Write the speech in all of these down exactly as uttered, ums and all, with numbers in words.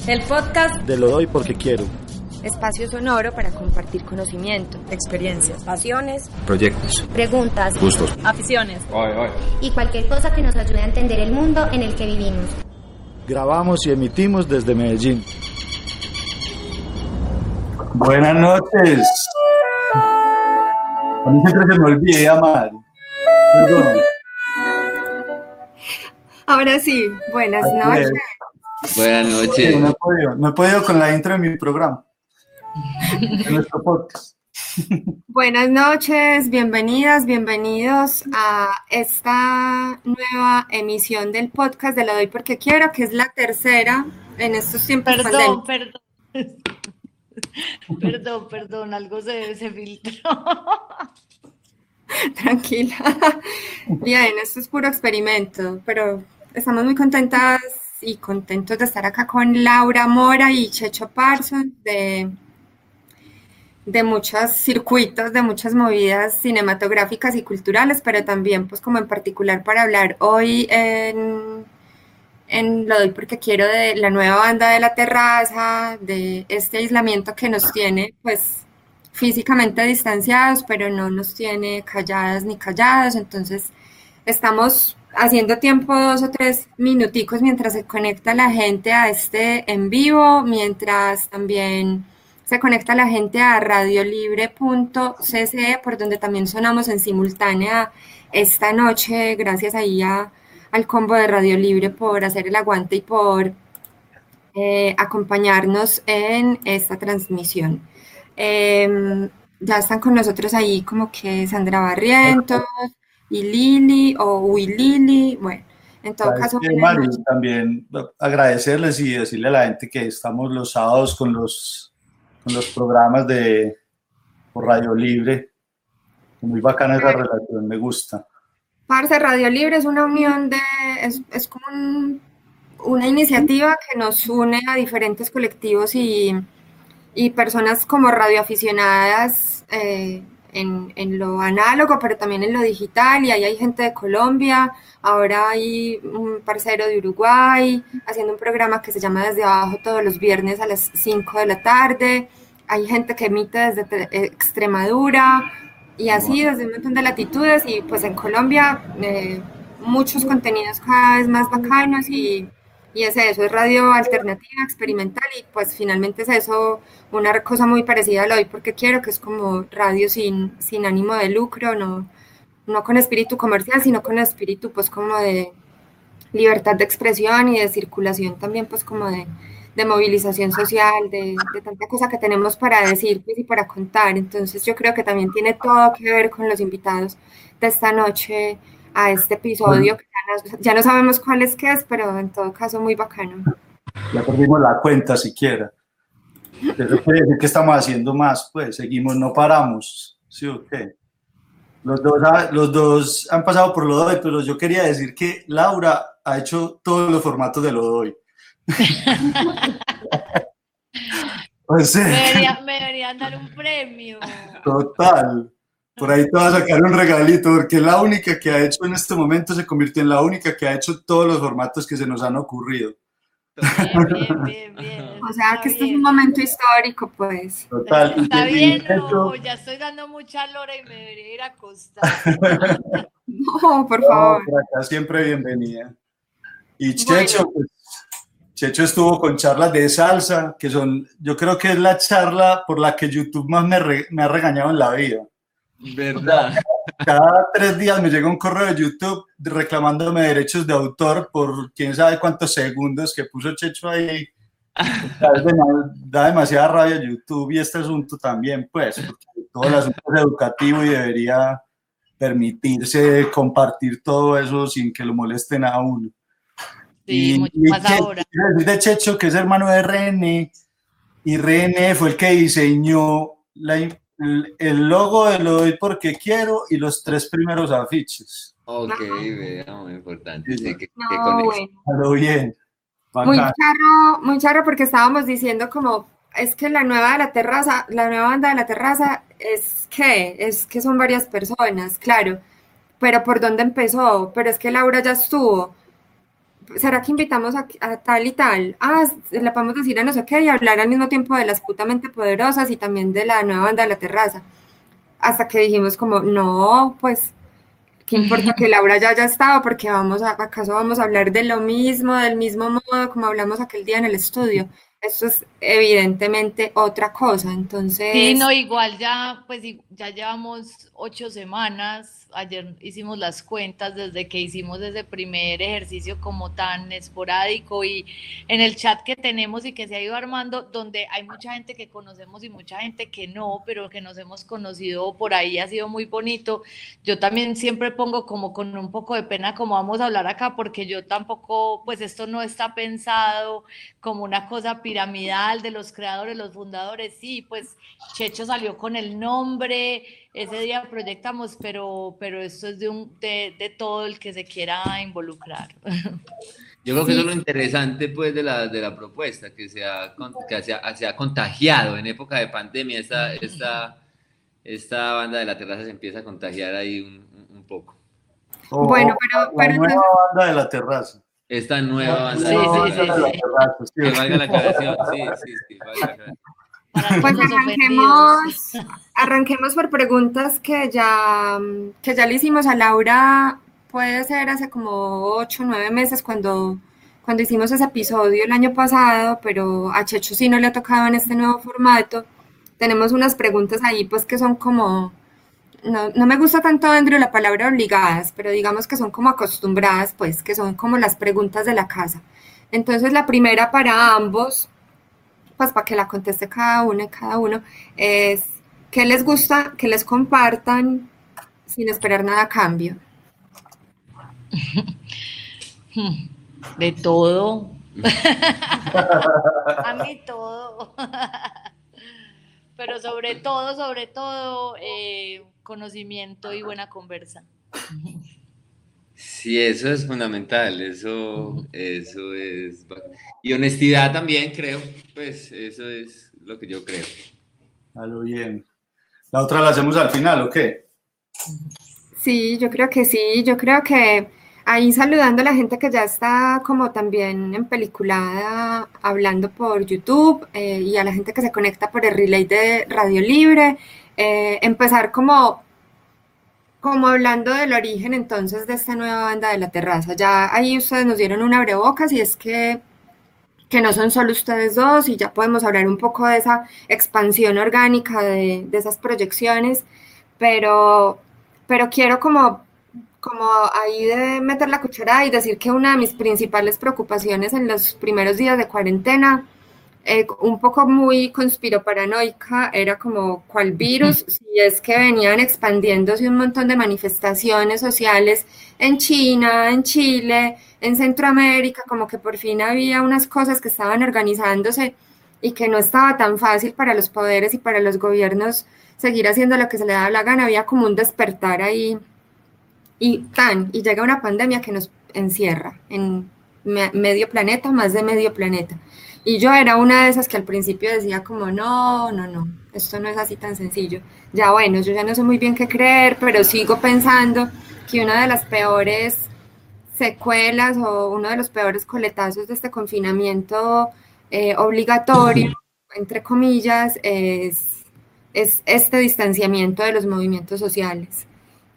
El podcast de Lo Doy Porque Quiero. Espacio sonoro para compartir conocimiento, experiencias, pasiones, proyectos, preguntas, gustos, aficiones oy, oy. y cualquier cosa que nos ayude a entender el mundo en el que vivimos. Grabamos y emitimos desde Medellín. Buenas noches. A mí siempre se me olvida llamar. Perdón. Ahora sí, buenas Así noches. es. Buenas noches. Sí, no he podido, no he podido con la intro de mi programa, de nuestro podcast. Buenas noches, bienvenidas, bienvenidos a esta nueva emisión del podcast de Lo Doy Porque Quiero, que es la tercera en estos tiempos Perdón, pandémicos. perdón. Perdón, perdón, algo se, se filtró. Tranquila. Bien, esto es puro experimento, pero estamos muy contentas y contentos de estar acá con Laura Mora y Checho Parsons de, de muchos circuitos, de muchas movidas cinematográficas y culturales, pero también pues como en particular para hablar hoy en, en Lo Doy Porque Quiero de la nueva banda de La Terraza, de este aislamiento que nos tiene pues físicamente distanciados, pero no nos tiene calladas ni callados. Entonces estamos haciendo tiempo dos o tres minuticos mientras se conecta la gente a este en vivo, mientras también se conecta la gente a radiolibre punto c c, por donde también sonamos en simultánea esta noche. Gracias ahí a, al combo de Radio Libre por hacer el aguante y por eh, acompañarnos en esta transmisión. Eh, ya están con nosotros ahí como que Sandra Barrientos y Lili o Uy Lili. Bueno, en todo caso, Sí, Mari, también agradecerles y decirle a la gente que estamos los sábados con los, con los programas de por Radio Libre. Muy bacana esa relación, me gusta. Parce, Radio Libre es una unión de, es, es como un, una iniciativa que nos une a diferentes colectivos y y personas como radioaficionadas eh, en, en lo análogo, pero también en lo digital, y ahí hay gente de Colombia, ahora hay un parcero de Uruguay haciendo un programa que se llama Desde Abajo todos los viernes a las cinco de la tarde, hay gente que emite desde Extremadura, y así desde un montón de latitudes, y pues en Colombia eh, muchos contenidos cada vez más bacanos, y Y es eso, es radio alternativa, experimental, y pues finalmente es eso, una cosa muy parecida a Lo Doy Porque Quiero, que es como radio sin, sin ánimo de lucro, no, no con espíritu comercial, sino con espíritu pues como de libertad de expresión y de circulación también pues como de, de movilización social, de, de tanta cosa que tenemos para decir pues, y para contar. Entonces yo creo que también tiene todo que ver con los invitados de esta noche a este episodio, que ya no, ya no sabemos cuál es que es, pero en todo caso muy bacano. Ya perdimos la cuenta siquiera. Eso quiere decir que estamos haciendo más, pues seguimos, no paramos. ¿Sí o qué? Los dos, los dos han pasado por Lo Doy, pero yo quería decir que Laura ha hecho todos los formatos de Lo Doy. O sea, me, debería, me deberían dar un premio. Total. Por ahí te vas a sacar un regalito, porque la única que ha hecho en este momento se convirtió en la única que ha hecho todos los formatos que se nos han ocurrido. Bien, bien, bien, bien. O sea, que esto es un momento histórico, pues. Total. Está y, bien, y no, Checho, ya estoy dando mucha lora y me debería ir a acostar. No, por no, favor. por acá siempre bienvenida. Y Checho, bueno. pues, Checho estuvo con charlas de salsa, que son, yo creo que es la charla por la que YouTube más me, re, me ha regañado en la vida. ¿Verdad? Cada tres días me llega un correo de YouTube reclamándome derechos de autor por quién sabe cuántos segundos que puso Checho ahí. Da demasiada rabia YouTube y este asunto también, pues, porque todo el asunto es educativo y debería permitirse compartir todo eso sin que lo molesten a uno. Sí, y, mucho y más Checho, ahora. de Checho, que es hermano de René, y René fue el que diseñó la El, el logo de Lo Doy Porque Quiero y los tres primeros afiches. Ok, vea, muy importante. Sí, que, No, que con bueno. A lo bien. Muy charro, muy charro, porque estábamos diciendo como, es que la nueva de la terraza, la nueva banda de La Terraza, es que, es que son varias personas, claro, pero ¿por dónde empezó? Pero es que Laura ya estuvo. ¿será que invitamos a, a tal y tal? Ah, le podemos decir a no sé qué y hablar al mismo tiempo de las putamente poderosas y también de la nueva banda de la terraza. Hasta que dijimos como, no, pues, ¿qué importa que Laura ya haya estado? Porque vamos a, ¿acaso vamos a hablar de lo mismo, del mismo modo como hablamos aquel día en el estudio? Esto es evidentemente otra cosa, Sí, entonces... no, igual ya, pues y- ya llevamos ocho semanas, ayer hicimos las cuentas desde que hicimos ese primer ejercicio como tan esporádico y en el chat que tenemos y que se ha ido armando, donde hay mucha gente que conocemos y mucha gente que no, pero que nos hemos conocido por ahí, ha sido muy bonito. Yo también siempre pongo como con un poco de pena como vamos a hablar acá, porque yo tampoco, pues esto no está pensado como una cosa piramidal de los creadores, los fundadores, sí, pues Checho salió con el nombre, ese día proyectamos, pero, pero esto es de, un, de, de todo el que se quiera involucrar. Yo creo que eso es Sí, lo interesante pues de la, de la propuesta, que se ha, con- que se ha, se ha contagiado en época de pandemia, esta, esta, esta banda de la terraza se empieza a contagiar ahí un, un- un poco. O, bueno, o pero, la pero nueva entonces, banda de la terraza. Esta La nueva banda de Sí, la nueva sí, banda sí, terraza, de la sí. terraza, sí. que valga la aclaración, sí, sí, sí, valga la aclaración. Para pues todos los ofendidos. arranquemos, arranquemos por preguntas que ya, que ya le hicimos a Laura, puede ser hace como ocho o nueve meses cuando, cuando hicimos ese episodio el año pasado, pero a Checho sí no le ha tocado en este nuevo formato. Tenemos unas preguntas ahí pues que son como, no, no me gusta tanto dentro la palabra obligadas, pero digamos que son como acostumbradas, pues, que son como las preguntas de la casa. Entonces la primera para ambos, pues para que la conteste cada uno y cada uno, es ¿qué les gusta que les compartan sin esperar nada a cambio? De todo. A mí todo. Pero sobre todo, sobre todo, eh, conocimiento y buena conversa. Sí, eso es fundamental, eso, eso es... Y honestidad también creo, pues eso es lo que yo creo. A lo bien. La otra la hacemos al final, ¿o qué? Sí, yo creo que sí, yo creo que ahí saludando a la gente que ya está como también en peliculada hablando por YouTube eh, y a la gente que se conecta por el relay de Radio Libre, eh, empezar como, como hablando del origen entonces de esta nueva banda de la terraza. Ya ahí ustedes nos dieron un abrebocas y es que que no son solo ustedes dos y ya podemos hablar un poco de esa expansión orgánica de, de esas proyecciones, pero, pero quiero como, como ahí de meter la cuchara y decir que una de mis principales preocupaciones en los primeros días de cuarentena, eh, un poco muy conspiroparanoica, era como cuál virus, si es que venían expandiéndose un montón de manifestaciones sociales en China, en Chile, en Centroamérica, como que por fin había unas cosas que estaban organizándose y que no estaba tan fácil para los poderes y para los gobiernos seguir haciendo lo que se le daba la gana, había como un despertar ahí y tan, y llega una pandemia que nos encierra en me medio planeta, más de medio planeta. Y yo era una de esas que al principio decía como, no, no, no, esto no es así tan sencillo. Ya bueno, yo ya no sé muy bien qué creer, pero sigo pensando que una de las peores secuelas o uno de los peores coletazos de este confinamiento eh, obligatorio, entre comillas, es, es este distanciamiento de los movimientos sociales.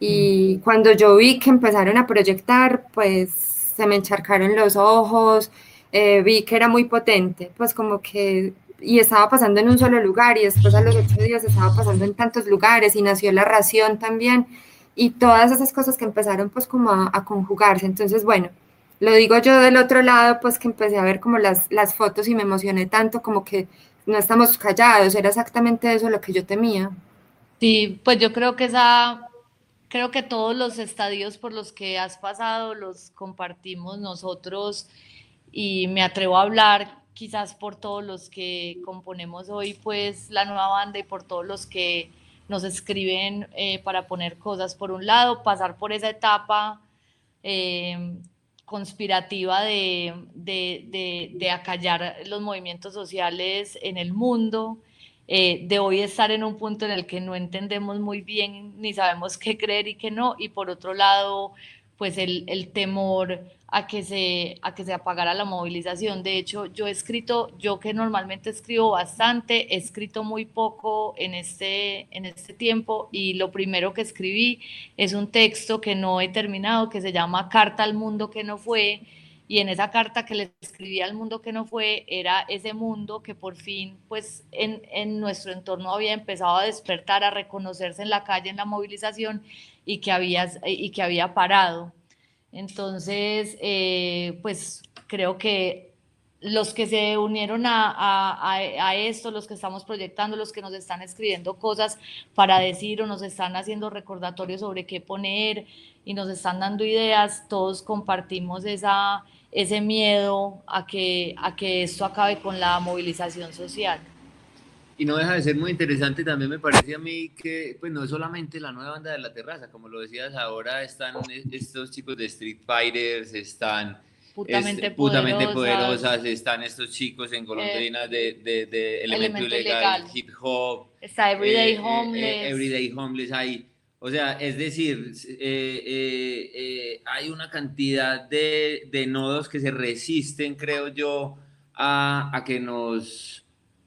Y cuando yo vi que empezaron a proyectar, pues se me encharcaron los ojos, eh, vi que era muy potente, pues como que, y estaba pasando en un solo lugar y después a los ocho días estaba pasando en tantos lugares y nació la ración también y todas esas cosas que empezaron pues como a, a conjugarse. Entonces, bueno, lo digo yo del otro lado, pues que empecé a ver como las, las fotos y me emocioné tanto como que no estamos callados, era exactamente eso lo que yo temía. Sí, pues yo creo que esa, creo que todos los estadios por los que has pasado los compartimos nosotros y me atrevo a hablar quizás por todos los que componemos hoy pues la nueva banda y por todos los que nos escriben eh, para poner cosas. Por un lado, pasar por esa etapa eh, conspirativa de, de, de, de acallar los movimientos sociales en el mundo, eh, de hoy estar en un punto en el que no entendemos muy bien ni sabemos qué creer y qué no, y por otro lado, pues el, el temor a que, se, a que se apagara la movilización. De hecho, yo he escrito, yo que normalmente escribo bastante, he escrito muy poco en este, en este tiempo, y lo primero que escribí es un texto que no he terminado, que se llama Carta al Mundo que no fue, y en esa carta que le escribí al mundo que no fue, era ese mundo que por fin, pues en, en nuestro entorno había empezado a despertar, a reconocerse en la calle, en la movilización, y que había, y que había parado. Entonces, eh, pues creo que los que se unieron a, a, a esto, los que estamos proyectando, los que nos están escribiendo cosas para decir o nos están haciendo recordatorios sobre qué poner y nos están dando ideas, todos compartimos esa, ese miedo a que, a que esto acabe con la movilización social. Y no deja de ser muy interesante también, me parece a mí, que pues no es solamente la nueva banda de La Terraza, como lo decías, ahora están estos chicos de Street Fighters, están putamente, es, putamente poderosas, poderosas, están estos chicos en golondrinas eh, de, de, de Elemento, Elemento Ilegal, Ilegal, Hip Hop, está Everyday eh, Homeless, eh, eh, Everyday Homeless ahí. O sea, es decir, eh, eh, eh, hay una cantidad de, de nodos que se resisten, creo yo, a, a que nos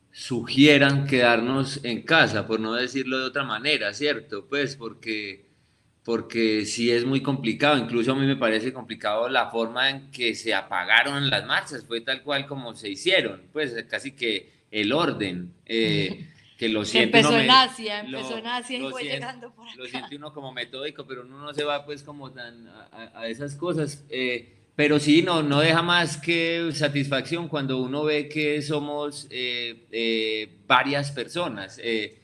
sugieran quedarnos en casa, por no decirlo de otra manera, ¿cierto? Pues porque, porque sí es muy complicado, incluso a mí me parece complicado la forma en que se apagaron las marchas, fue tal cual como se hicieron, pues casi que el orden, eh, que lo siente empezó uno en me, Asia, empezó lo, en Asia y fue siente, llegando por acá. Lo siente uno como metódico, pero uno no se va pues como tan a, a esas cosas, eh, pero sí, no, no deja más que satisfacción cuando uno ve que somos eh, eh, varias personas. Eh,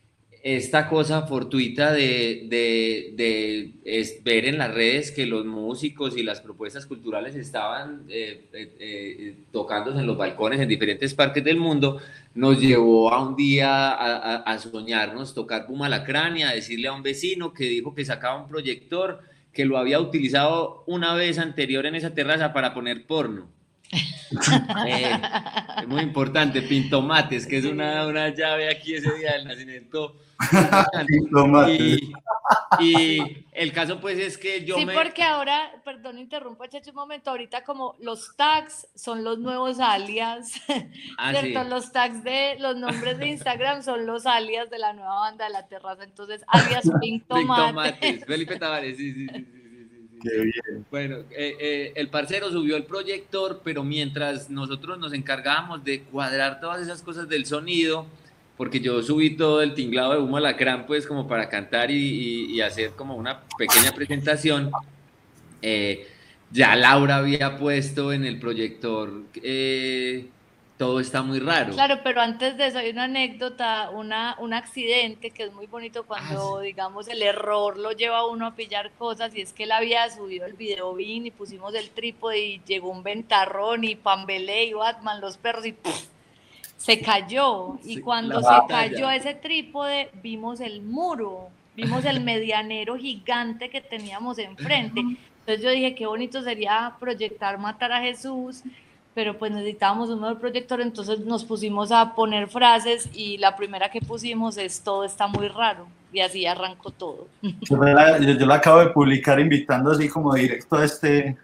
esta cosa fortuita de, de, de es ver en las redes que los músicos y las propuestas culturales estaban eh, eh, eh, tocándose en los balcones en diferentes parques del mundo, nos llevó a un día a, a, a soñarnos tocar Pumalacrania, a decirle a un vecino que dijo que sacaba un proyector, que lo había utilizado una vez anterior en esa terraza para poner porno. eh, es muy importante, Pintomates, que es una, una llave aquí ese día del nacimiento. y, y el caso pues es que yo sí, me... porque ahora, perdón, interrumpo, Checho, un momento, ahorita como los tags son los nuevos alias, ah, ¿cierto? Sí. Los tags de los nombres de Instagram son los alias de la nueva banda de La Terraza, entonces alias Pintomates. Pintomates, Felipe Tavares, sí, sí, sí. sí. Qué bien. Bueno, eh, eh, el parcero subió el proyector, pero mientras nosotros nos encargábamos de cuadrar todas esas cosas del sonido, porque yo subí todo el tinglado de Humo Alacrán, pues como para cantar y, y, y hacer como una pequeña presentación, eh, ya Laura había puesto en el proyector eh, Todo está muy raro. Claro, pero antes de eso hay una anécdota, una, un accidente que es muy bonito cuando, ah, sí. digamos, el error lo lleva a uno a pillar cosas, y es que él había subido el video bien y pusimos el trípode y llegó un ventarrón y Pambelé y Batman, los perros, y ¡puf! Se cayó. Y cuando se cayó ese trípode, vimos el muro, vimos el medianero gigante que teníamos enfrente. Entonces yo dije, qué bonito sería proyectar Matar a Jesús, pero pues necesitábamos un nuevo proyector, entonces nos pusimos a poner frases y la primera que pusimos es Todo está muy raro, y así arrancó todo. Yo la, yo, yo la acabo de publicar invitando así como directo a este,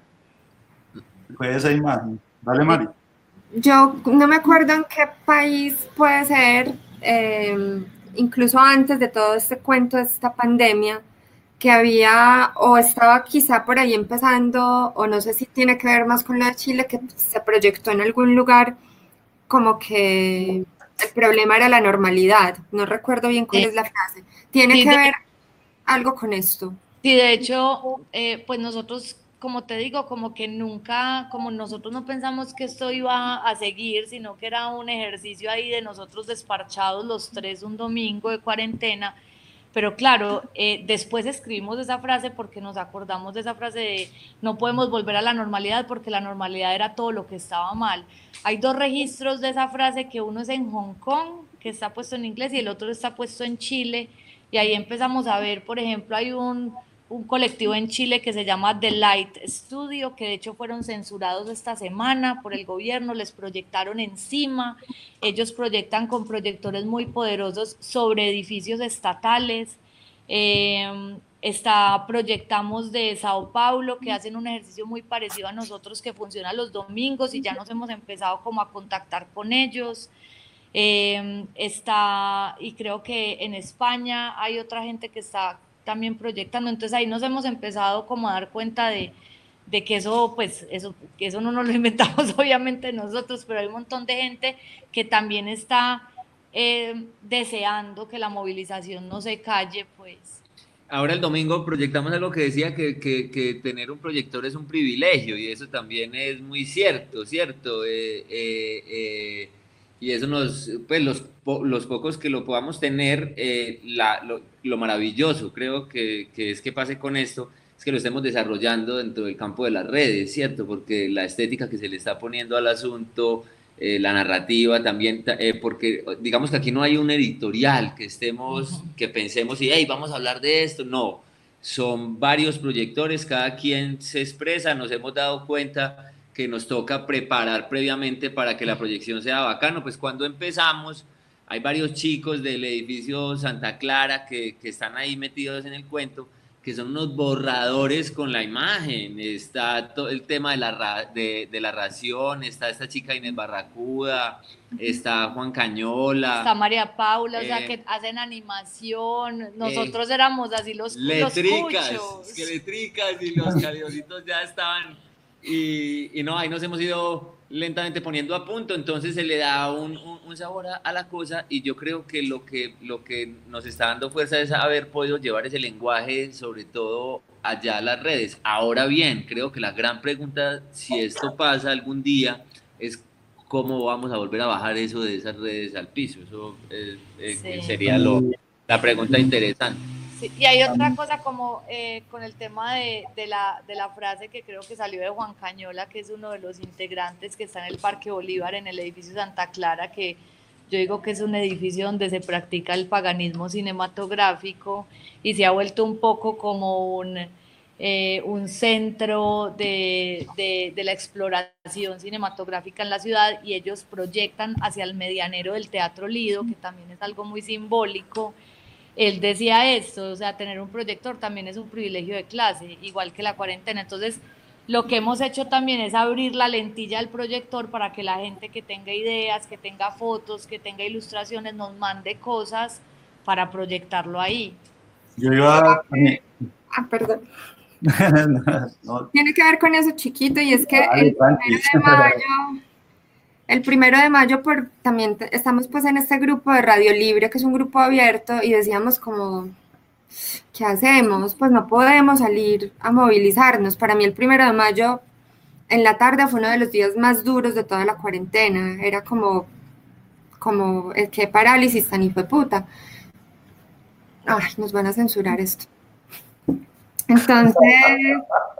fue esa imagen. Dale, Mari. Yo no me acuerdo en qué país puede ser, eh, incluso antes de todo este cuento de esta pandemia, que había, o estaba quizá por ahí empezando, o no sé si tiene que ver más con la de Chile, que se proyectó en algún lugar como que el problema era la normalidad. No recuerdo bien cuál sí. es la frase. ¿Tiene sí, que de, ver algo con esto? Sí, de hecho, eh, pues nosotros, como te digo, como que nunca, como nosotros no pensamos que esto iba a seguir, sino que era un ejercicio ahí de nosotros desparchados los tres un domingo de cuarentena. Pero claro, eh, después escribimos esa frase porque nos acordamos de esa frase de no podemos volver a la normalidad, porque la normalidad era todo lo que estaba mal. Hay dos registros de esa frase, que uno es en Hong Kong, que está puesto en inglés, y el otro está puesto en Chile, y ahí empezamos a ver, por ejemplo, hay un, un colectivo en Chile que se llama The Light Studio, que de hecho fueron censurados esta semana por el gobierno, les proyectaron encima. Ellos proyectan con proyectores muy poderosos sobre edificios estatales. Eh, está Proyectamos de Sao Paulo, que hacen un ejercicio muy parecido a nosotros que funciona los domingos y ya nos hemos empezado como a contactar con ellos. Eh, está, y creo que en España hay otra gente que está también proyectando, entonces ahí nos hemos empezado como a dar cuenta de, de que eso, pues, eso, que eso no nos lo inventamos obviamente nosotros, pero hay un montón de gente que también está eh, deseando que la movilización no se calle, pues. Ahora el domingo proyectamos algo que decía que, que, que tener un proyector es un privilegio y eso también es muy cierto, ¿cierto? Eh, eh, eh, y eso nos, pues los, los pocos que lo podamos tener, eh, la, lo, lo maravilloso creo que, que es que pase con esto, es que lo estemos desarrollando dentro del campo de las redes, ¿cierto? Porque la estética que se le está poniendo al asunto, Eh, la narrativa también, eh, porque digamos que aquí no hay un editorial que estemos, uh-huh. que pensemos y hey, vamos a hablar de esto, no, son varios proyectores, cada quien se expresa, nos hemos dado cuenta que nos toca preparar previamente para que la proyección sea bacano, pues cuando empezamos hay varios chicos del edificio Santa Clara que, que están ahí metidos en el cuento, que son unos borradores con la imagen, está todo el tema de la, ra de, de la ración, está esta chica Inés Barracuda, está Juan Cañola. Está María Paula, eh, o sea, que hacen animación, nosotros eh, éramos así los letricas, los que letricas y los caliositos ya estaban, y, y no, ahí nos hemos ido lentamente poniendo a punto, entonces se le da un, un, un sabor a, a la cosa y yo creo que lo, que lo que nos está dando fuerza es haber podido llevar ese lenguaje sobre todo allá a las redes. Ahora bien, creo que la gran pregunta, si esto pasa algún día, es cómo vamos a volver a bajar eso de esas redes al piso. Eso es, es, sí. sería lo, la pregunta interesante. Sí, y hay otra cosa como eh, con el tema de, de, la, de la frase que creo que salió de Juan Cañola, que es uno de los integrantes que está en el Parque Bolívar, en el edificio Santa Clara, que yo digo que es un edificio donde se practica el paganismo cinematográfico y se ha vuelto un poco como un, eh, un centro de, de, de la exploración cinematográfica en la ciudad, y ellos proyectan hacia el medianero del Teatro Lido, que también es algo muy simbólico. Él decía esto, o sea, tener un proyector también es un privilegio de clase, igual que la cuarentena. Entonces, lo que hemos hecho también es abrir la lentilla del proyector para que la gente que tenga ideas, que tenga fotos, que tenga ilustraciones, nos mande cosas para proyectarlo ahí. Yo iba a... Ah, perdón. no, no. Tiene que ver con eso chiquito, y es que Vale, el primero de mayo... El primero de mayo por, también estamos pues en este grupo de Radio Libre, que es un grupo abierto, y decíamos como, ¿qué hacemos? Pues no podemos salir a movilizarnos. Para mí el primero de mayo en la tarde fue uno de los días más duros de toda la cuarentena. Era como, como, qué parálisis tan hijueputa. Ay, nos van a censurar esto. Entonces,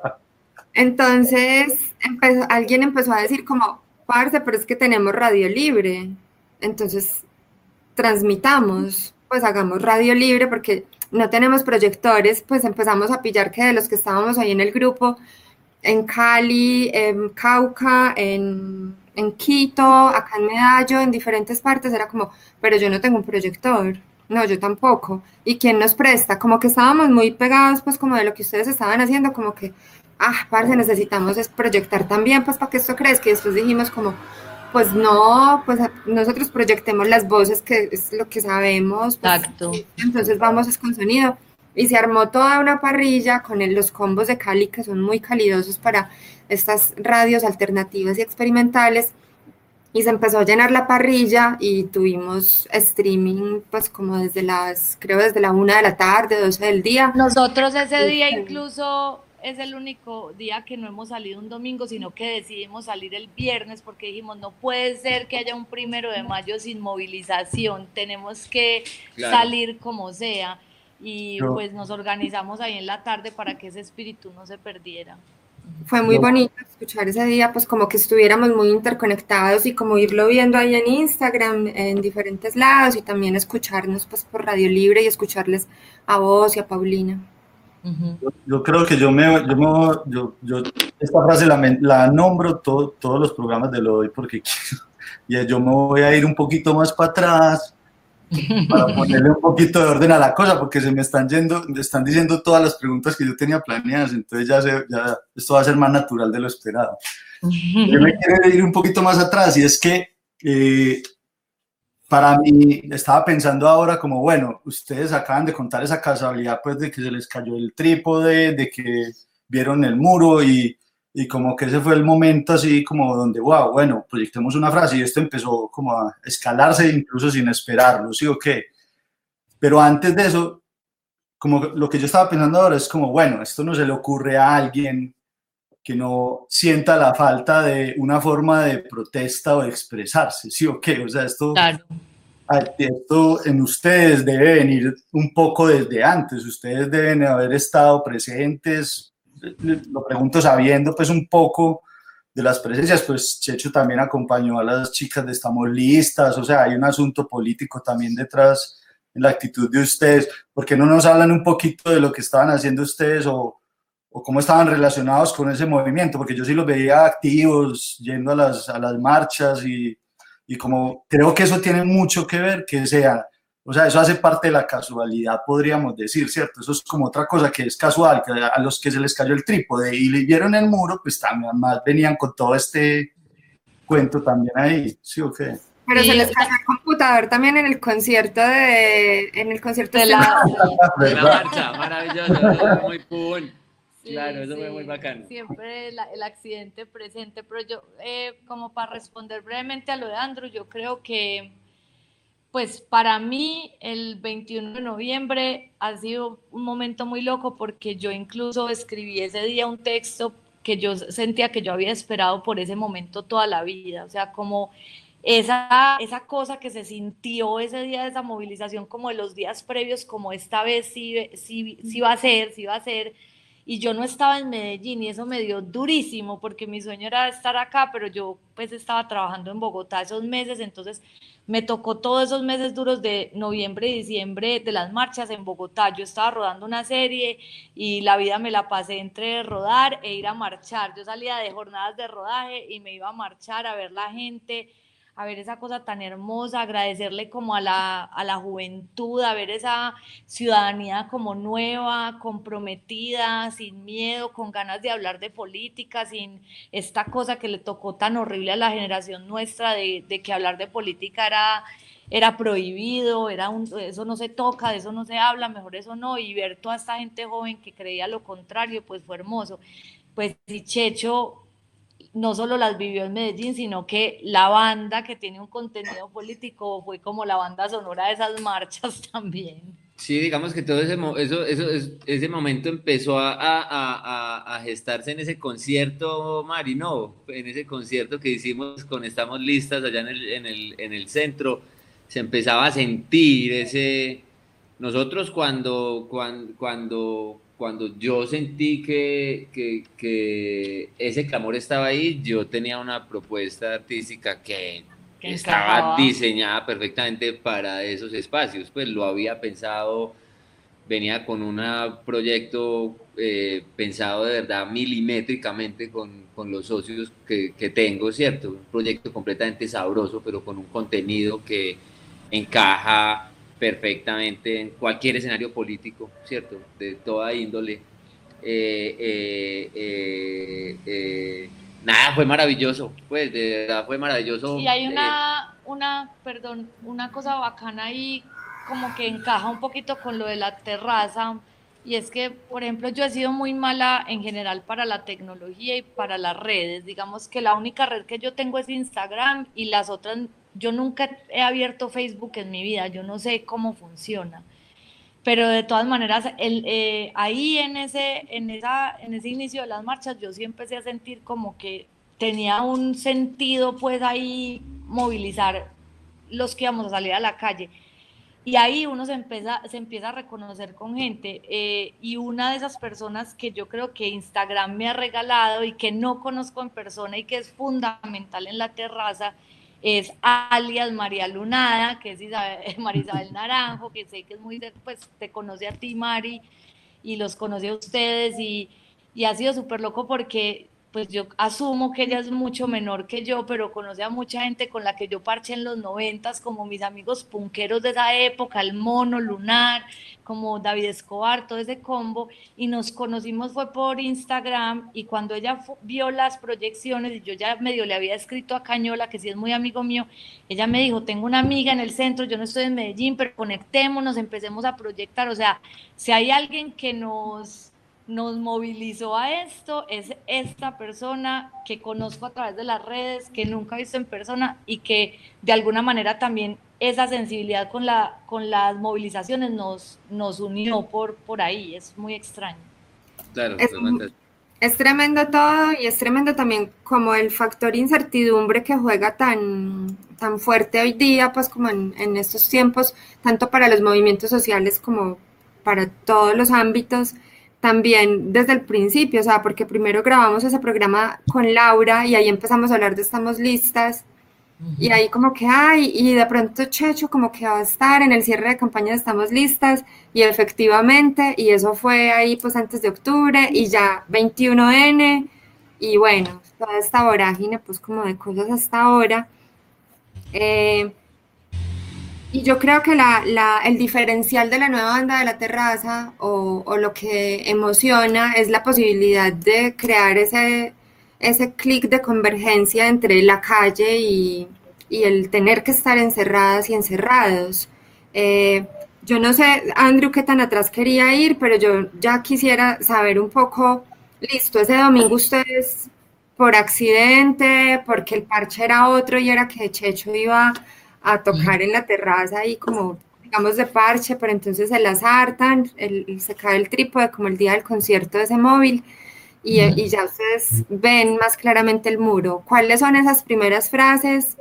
entonces empezó, alguien empezó a decir como, parce, pero es que tenemos Radio Libre, entonces transmitamos, pues hagamos Radio Libre, porque no tenemos proyectores. Pues empezamos a pillar que de los que estábamos ahí en el grupo, en Cali, en Cauca, en, en Quito, acá en Medallo, en diferentes partes, era como, pero yo no tengo un proyector, no, yo tampoco, ¿y quién nos presta? Como que estábamos muy pegados, pues como de lo que ustedes estaban haciendo, como que ah, parce, necesitamos es proyectar también, pues, para que esto crezca. Y después dijimos como, pues no, pues nosotros proyectemos las voces, que es lo que sabemos. Pues, exacto. Entonces vamos es con sonido. Y se armó toda una parrilla con el, los combos de Cali, que son muy calidosos para estas radios alternativas y experimentales. Y se empezó a llenar la parrilla y tuvimos streaming, pues como desde las, creo desde la una de la tarde, doce del día. Nosotros ese día incluso... es el único día que no hemos salido un domingo, sino que decidimos salir el viernes, porque dijimos, no puede ser que haya un primero de mayo sin movilización, tenemos que claro. salir como sea, y no. pues nos organizamos ahí en la tarde para que ese espíritu no se perdiera. Fue muy no. bonito escuchar ese día, pues como que estuviéramos muy interconectados y como irlo viendo ahí en Instagram, en diferentes lados, y también escucharnos pues por Radio Libre y escucharles a vos y a Paulina. Uh-huh. yo, yo creo que yo me, yo, me yo, yo esta frase la, la nombro todo, todos los programas de lo doy porque quiero, y yo me voy a ir un poquito más para atrás para ponerle un poquito de orden a la cosa, porque se me están yendo, me están diciendo todas las preguntas que yo tenía planeadas, entonces ya, se, ya esto va a ser más natural de lo esperado. Yo me quiero ir un poquito más atrás, y es que eh, para mí, estaba pensando ahora como, bueno, ustedes acaban de contar esa casualidad pues de que se les cayó el trípode, de que vieron el muro y, y como que ese fue el momento así como donde, wow, bueno, proyectemos una frase y esto empezó como a escalarse incluso sin esperarlo, ¿sí o qué? Pero antes de eso, como lo que yo estaba pensando ahora es como, bueno, esto no se le ocurre a alguien que no sienta la falta de una forma de protesta o de expresarse, ¿sí o qué? O sea, esto, claro. esto en ustedes debe venir un poco desde antes, ustedes deben haber estado presentes, lo pregunto sabiendo pues un poco de las presencias, pues Checho también acompañó a las chicas de Estamos Listas, o sea, hay un asunto político también detrás en la actitud de ustedes. ¿Por qué no nos hablan un poquito de lo que estaban haciendo ustedes o o cómo estaban relacionados con ese movimiento? Porque yo sí los veía activos, yendo a las, a las marchas y, y como creo que eso tiene mucho que ver, que sea, o sea, eso hace parte de la casualidad, podríamos decir, ¿cierto? Eso es como otra cosa que es casual, que a los que se les cayó el trípode y le vieron el muro, pues también más venían con todo este cuento también ahí, ¿sí o qué? Pero Sí, se les cayó el computador también en el concierto de, en el concierto de la, de la marcha, maravilloso, muy cool. Sí, claro, eso sí, fue muy bacano. Siempre el, el accidente presente, pero yo, eh, como para responder brevemente a lo de Andrew, yo creo que, pues para mí el veintiuno de noviembre ha sido un momento muy loco porque yo incluso escribí ese día un texto que yo sentía que yo había esperado por ese momento toda la vida, o sea, como esa, esa cosa que se sintió ese día de esa movilización, como de los días previos, como esta vez sí, sí, sí va a ser, sí va a ser. Y yo no estaba en Medellín y eso me dio durísimo porque mi sueño era estar acá, pero yo pues estaba trabajando en Bogotá esos meses, entonces me tocó todos esos meses duros de noviembre y diciembre de las marchas en Bogotá. Yo estaba rodando una serie y la vida me la pasé entre rodar e ir a marchar. Yo salía de jornadas de rodaje y me iba a marchar a ver la gente, a ver esa cosa tan hermosa, agradecerle como a la, a la juventud, a ver esa ciudadanía como nueva, comprometida, sin miedo, con ganas de hablar de política, sin esta cosa que le tocó tan horrible a la generación nuestra de, de que hablar de política era, era prohibido, era un, eso no se toca, de eso no se habla, mejor eso no, y ver toda esta gente joven que creía lo contrario, pues fue hermoso. Pues sí, Checho no solo las vivió en Medellín, sino que la banda que tiene un contenido político fue como la banda sonora de esas marchas también. Sí, digamos que todo ese, eso, eso, ese momento empezó a, a, a, a gestarse en ese concierto, Mari, ¿no? En ese concierto que hicimos con Estamos Listas allá en el, en el, en el centro, se empezaba a sentir ese... Nosotros cuando, cuando, cuando cuando yo sentí que, que, que ese clamor estaba ahí, yo tenía una propuesta artística que, que estaba encajaba. diseñada perfectamente para esos espacios, pues lo había pensado, venía con un proyecto eh, pensado de verdad milimétricamente con, con los socios que, que tengo, ¿cierto? Un proyecto completamente sabroso, pero con un contenido que encaja perfectamente en cualquier escenario político, ¿cierto? De toda índole. Eh, eh, eh, eh, nada, fue maravilloso, pues de verdad fue maravilloso. Y hay una, una, perdón, una cosa bacana ahí, como que encaja un poquito con lo de la terraza, y es que, por ejemplo, yo he sido muy mala en general para la tecnología y para las redes. Digamos que la única red que yo tengo es Instagram y las otras... Yo nunca he abierto Facebook en mi vida, yo no sé cómo funciona, pero de todas maneras, el, eh, ahí en ese, en, esa, en ese inicio de las marchas, yo sí empecé a sentir como que tenía un sentido, pues ahí movilizar los que íbamos a salir a la calle. Y ahí uno se empieza, se empieza a reconocer con gente, eh, y una de esas personas que yo creo que Instagram me ha regalado y que no conozco en persona y que es fundamental en la terraza, es alias María Lunada, que es Isabel, María Isabel Naranjo, que sé que es muy, de, pues te conoce a ti, Mari, y los conoce a ustedes, y, y ha sido súper loco porque pues yo asumo que ella es mucho menor que yo, pero conoce a mucha gente con la que yo parché en los noventas, como mis amigos punqueros de esa época, el Mono, Lunar, como David Escobar, todo ese combo, y nos conocimos fue por Instagram, y cuando ella vio las proyecciones, y yo ya medio le había escrito a Cañola, que sí es muy amigo mío, ella me dijo, tengo una amiga en el centro, yo no estoy en Medellín, pero conectémonos, empecemos a proyectar, o sea, si hay alguien que nos... nos movilizó a esto, es esta persona que conozco a través de las redes, que nunca he visto en persona y que de alguna manera también esa sensibilidad con, la, con las movilizaciones nos, nos unió por, por ahí, es muy extraño. Claro, es, es tremendo todo y es tremendo también como el factor incertidumbre que juega tan, tan fuerte hoy día, pues como en, en estos tiempos, tanto para los movimientos sociales como para todos los ámbitos. También desde el principio, o sea, porque primero grabamos ese programa con Laura y ahí empezamos a hablar de Estamos Listas, uh-huh. Y ahí como que, ay, y de pronto Checho como que va a estar en el cierre de campaña de Estamos Listas, y efectivamente, y eso fue ahí pues antes de octubre, y ya veintiuno ene, y bueno, toda esta vorágine pues como de cosas hasta ahora. Eh, Y yo creo que la, la, el diferencial de la nueva banda de La Terraza o, o lo que emociona es la posibilidad de crear ese, ese clic de convergencia entre la calle y, y el tener que estar encerradas y encerrados. Eh, yo no sé, Andrew, qué tan atrás quería ir, pero yo ya quisiera saber un poco, listo, ese domingo ustedes por accidente, porque el parche era otro y era que Checho iba a tocar en La Terraza y como, digamos, de parche, pero entonces se las hartan, el, se cae el trípode como el día del concierto de ese móvil y, uh-huh. y ya ustedes ven más claramente el muro. ¿Cuáles son esas primeras frases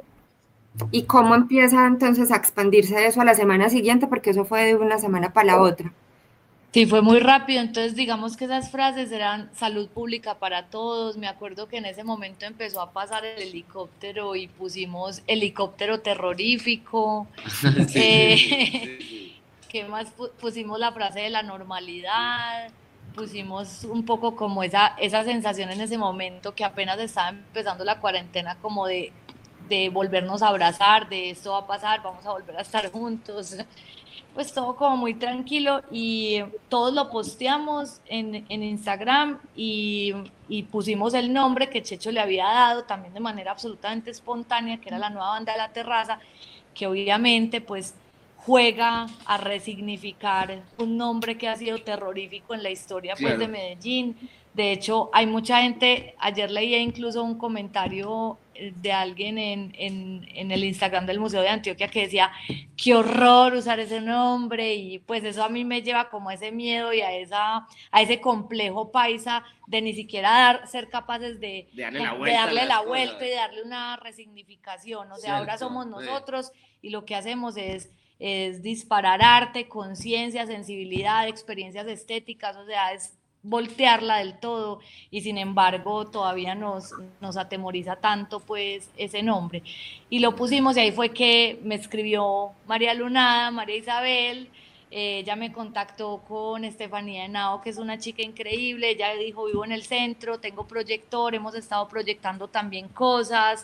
y cómo empieza entonces a expandirse eso a la semana siguiente? Porque eso fue de una semana para la otra. Sí, fue muy rápido, entonces digamos que esas frases eran salud pública para todos. Me acuerdo que en ese momento empezó a pasar el helicóptero y pusimos helicóptero terrorífico. Sí, eh, sí, sí. ¿Qué más? Pusimos la frase de la normalidad, pusimos un poco como esa, esa sensación en ese momento que apenas estaba empezando la cuarentena, como de, de volvernos a abrazar, de esto va a pasar, vamos a volver a estar juntos. Pues todo como muy tranquilo y todos lo posteamos en, en Instagram y, y pusimos el nombre que Checho le había dado también de manera absolutamente espontánea, que era la nueva banda de La Terraza, que obviamente pues juega a resignificar un nombre que ha sido terrorífico en la historia pues, claro. de Medellín. De hecho, hay mucha gente, ayer leía incluso un comentario de alguien en, en, en el Instagram del Museo de Antioquia que decía, qué horror usar ese nombre, y pues eso a mí me lleva como a ese miedo y a, esa, a ese complejo paisa de ni siquiera dar, ser capaces de, de darle la de vuelta, darle la cosas. vuelta y darle una resignificación. O sea, Cierto, ahora somos nosotros sí. y lo que hacemos es, es disparar arte, conciencia, sensibilidad, experiencias estéticas, o sea, es voltearla del todo, y sin embargo todavía nos, nos atemoriza tanto pues ese nombre, y lo pusimos, y ahí fue que me escribió María Lunada, María Isabel, eh, ella me contactó con Estefanía Henao, que es una chica increíble, ella dijo, vivo en el centro, tengo proyector, hemos estado proyectando también cosas.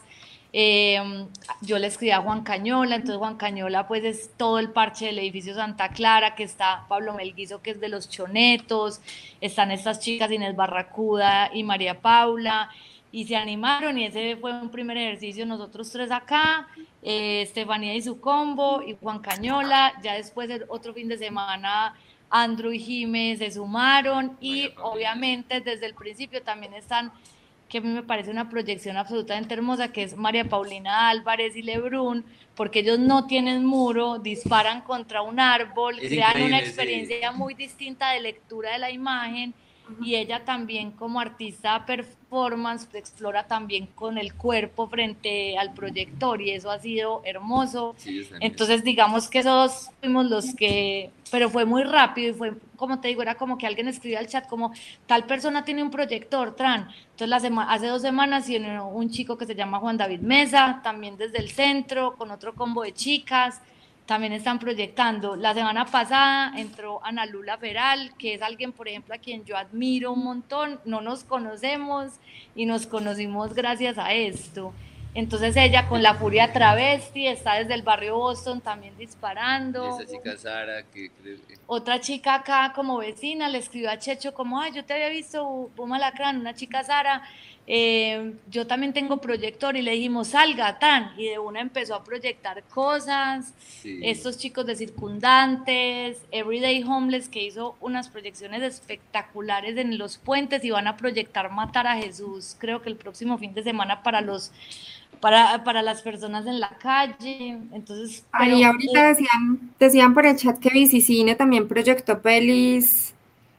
Eh, yo le escribí a Juan Cañola, entonces Juan Cañola pues es todo el parche del edificio Santa Clara, que está Pablo Melguizo, que es de los Chonetos, están estas chicas Inés Barracuda y María Paula, y se animaron, y ese fue un primer ejercicio, nosotros tres acá, eh, Estefanía y su combo, y Juan Cañola. Ya después otro fin de semana Andrew y Jiménez se sumaron, y obviamente desde el principio también están, que a mí me parece una proyección absolutamente hermosa, que es María Paulina Álvarez y Lebrun, porque ellos no tienen muro, disparan contra un árbol, es crean una experiencia sí. muy distinta de lectura de la imagen, uh-huh. y ella también como artista performance explora también con el cuerpo frente al proyector, y eso ha sido hermoso. Sí, entonces digamos que esos fuimos los que, pero fue muy rápido, y fue, como te digo, era como que alguien escribía al chat como, tal persona tiene un proyector, Tran. Entonces la sema- hace dos semanas vino un chico que se llama Juan David Mesa, también desde el centro, con otro combo de chicas, también están proyectando. La semana pasada entró Ana Lula Feral, que es alguien, por ejemplo, a quien yo admiro un montón, no nos conocemos y nos conocimos gracias a esto. Entonces ella con La Furia Travesti está desde el barrio Boston también disparando. Esa chica Sara que... Otra chica acá como vecina le escribió a Checho como, ay, yo te había visto Boom Alacrán, una chica Sara, eh, yo también tengo proyector, y le dijimos, salga, tan, y de una empezó a proyectar cosas. Sí. Estos chicos de Circundantes, Everyday Homeless, que hizo unas proyecciones espectaculares en los puentes, y van a proyectar Matar a Jesús, creo que el próximo fin de semana para los... Para, para las personas en la calle. Entonces, ahí pero, ahorita eh, decían, decían por el chat que Vicicine también proyectó pelis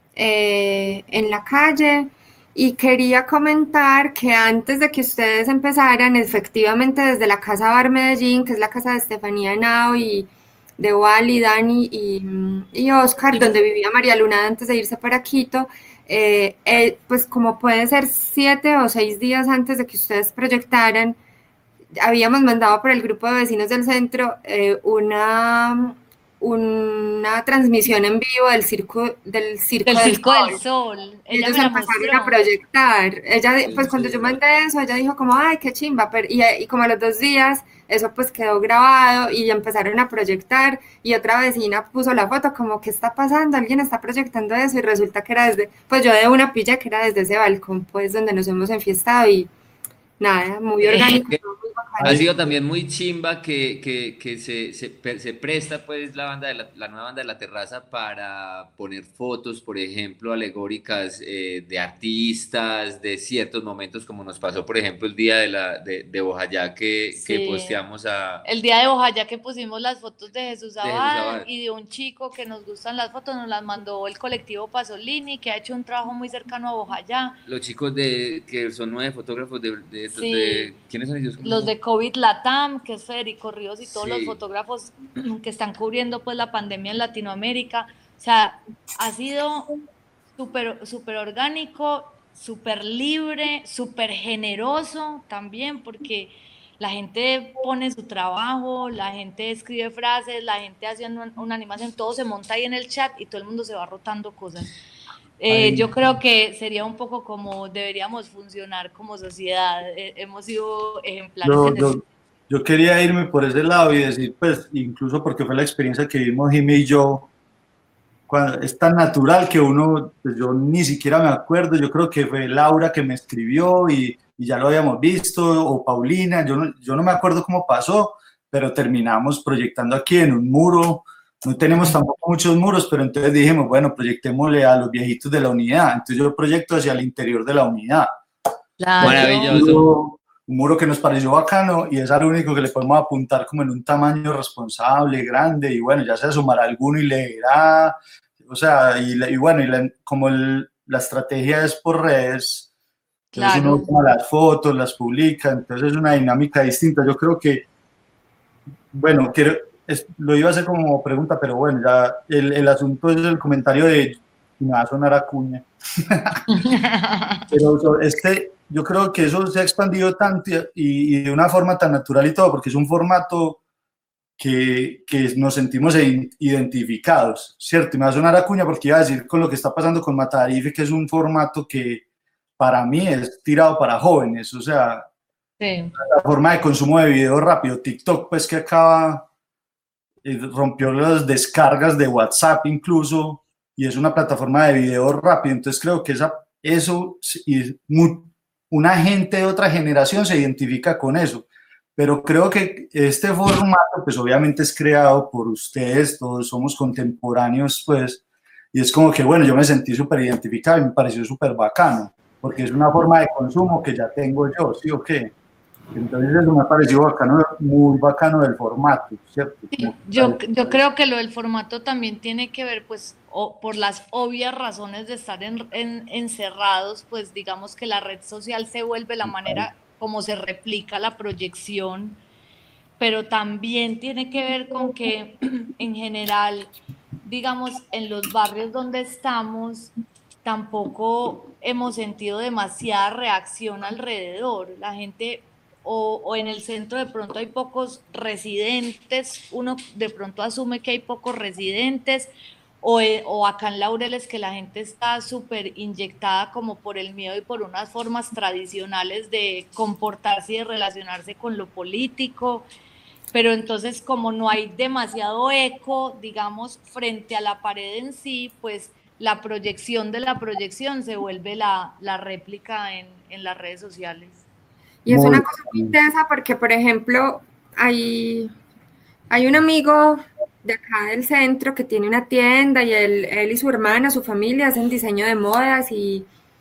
eh, en la calle, y quería comentar que antes de que ustedes empezaran, efectivamente desde la Casa Bar Medellín, que es la casa de Estefanía Henao y de Wally, Dani y, y Oscar, y donde vivía María Luna antes de irse para Quito, eh, eh, pues como puede ser siete o seis días antes de que ustedes proyectaran, habíamos mandado por el grupo de vecinos del centro eh, una, una transmisión en vivo del circo del circo, del, del, circo sol. del sol. Ella ellos empezaron a proyectar. Ella, pues cuando yo mandé eso, ella dijo como, ay, qué chimba, pero, y, y como a los dos días eso pues quedó grabado y empezaron a proyectar, y otra vecina puso la foto como, ¿qué está pasando? Alguien está proyectando eso, y resulta que era desde, pues yo de una pilla que era desde ese balcón pues donde nos hemos enfiestado, y nada, muy orgánico. Eh, ha sido también muy chimba que, que, que se, se, se presta pues la banda de la, la nueva banda de La Terraza para poner fotos, por ejemplo, alegóricas eh, de artistas, de ciertos momentos, como nos pasó, por ejemplo, el día de, la, de, de Bojayá que, sí. que posteamos a... El día de Bojayá que pusimos las fotos de Jesús Abad, y de un chico que nos gustan las fotos, nos las mandó el colectivo Pasolini, que ha hecho un trabajo muy cercano a Bojayá. Los chicos de que son nueve fotógrafos de... de, sí. de ¿quiénes son ellos? Los de COVID Latam, que es Federico Ríos, y todos sí. los fotógrafos que están cubriendo pues la pandemia en Latinoamérica. O sea, ha sido súper súper orgánico, súper libre, súper generoso también, porque la gente pone su trabajo, la gente escribe frases, la gente haciendo una animación, todo se monta ahí en el chat y todo el mundo se va rotando cosas. Eh, yo creo que sería un poco como deberíamos funcionar como sociedad. Eh, hemos sido ejemplares yo, en yo, eso. Yo quería irme por ese lado y decir, pues, incluso porque fue la experiencia que vimos Jimmy y yo, cuando, es tan natural que uno, pues yo ni siquiera me acuerdo, yo creo que fue Laura que me escribió y, y ya lo habíamos visto, o Paulina, yo no, yo no me acuerdo cómo pasó, pero terminamos proyectando aquí en un muro. No tenemos tampoco muchos muros, pero entonces dijimos, bueno, proyectémosle a los viejitos de la unidad. Entonces yo proyecto hacia el interior de la unidad. Claro. Maravilloso. Un muro, un muro que nos pareció bacano, y es al único que le podemos apuntar como en un tamaño responsable, grande, y bueno, ya se asomará alguno y leerá. O sea, y, y bueno, y la, como el, la estrategia es por redes, entonces Claro. uno toma las fotos, las publica, entonces es una dinámica distinta. Yo creo que, bueno, quiero... Es, lo iba a hacer como pregunta, pero bueno, ya el, el asunto es el comentario de, me va a sonar a cuña, pero este, yo creo que eso se ha expandido tanto y, y de una forma tan natural y todo, porque es un formato que, que nos sentimos identificados, ¿cierto? Y me va a sonar a cuña porque iba a decir con lo que está pasando con Matarife, que es un formato que para mí es tirado para jóvenes, o sea, sí. la forma de consumo de video rápido, TikTok, pues que acaba... rompió las descargas de WhatsApp incluso, y es una plataforma de video rápido, entonces creo que esa, eso, y una gente de otra generación se identifica con eso, pero creo que este formato pues obviamente es creado por ustedes, todos somos contemporáneos pues, y es como que bueno, yo me sentí súper identificado y me pareció súper bacano, porque es una forma de consumo que ya tengo yo, ¿sí o qué? Entonces eso me ha parecido bacano, muy bacano del formato, ¿cierto? Sí, yo, yo creo que lo del formato también tiene que ver, pues, o, por las obvias razones de estar en, en, encerrados, pues digamos que la red social se vuelve la manera como se replica la proyección, pero también tiene que ver con que en general, digamos, en los barrios donde estamos, tampoco hemos sentido demasiada reacción alrededor. La gente... o, o en el centro de pronto hay pocos residentes, uno de pronto asume que hay pocos residentes, o, o acá en Laureles que la gente está súper inyectada como por el miedo y por unas formas tradicionales de comportarse y de relacionarse con lo político, pero entonces como no hay demasiado eco, digamos, frente a la pared en sí, pues la proyección de la proyección se vuelve la, la réplica en, en las redes sociales. Y es una cosa muy intensa porque, por ejemplo, hay, hay un amigo de acá del centro que tiene una tienda y él, él y su hermana, su familia hacen diseño de modas y,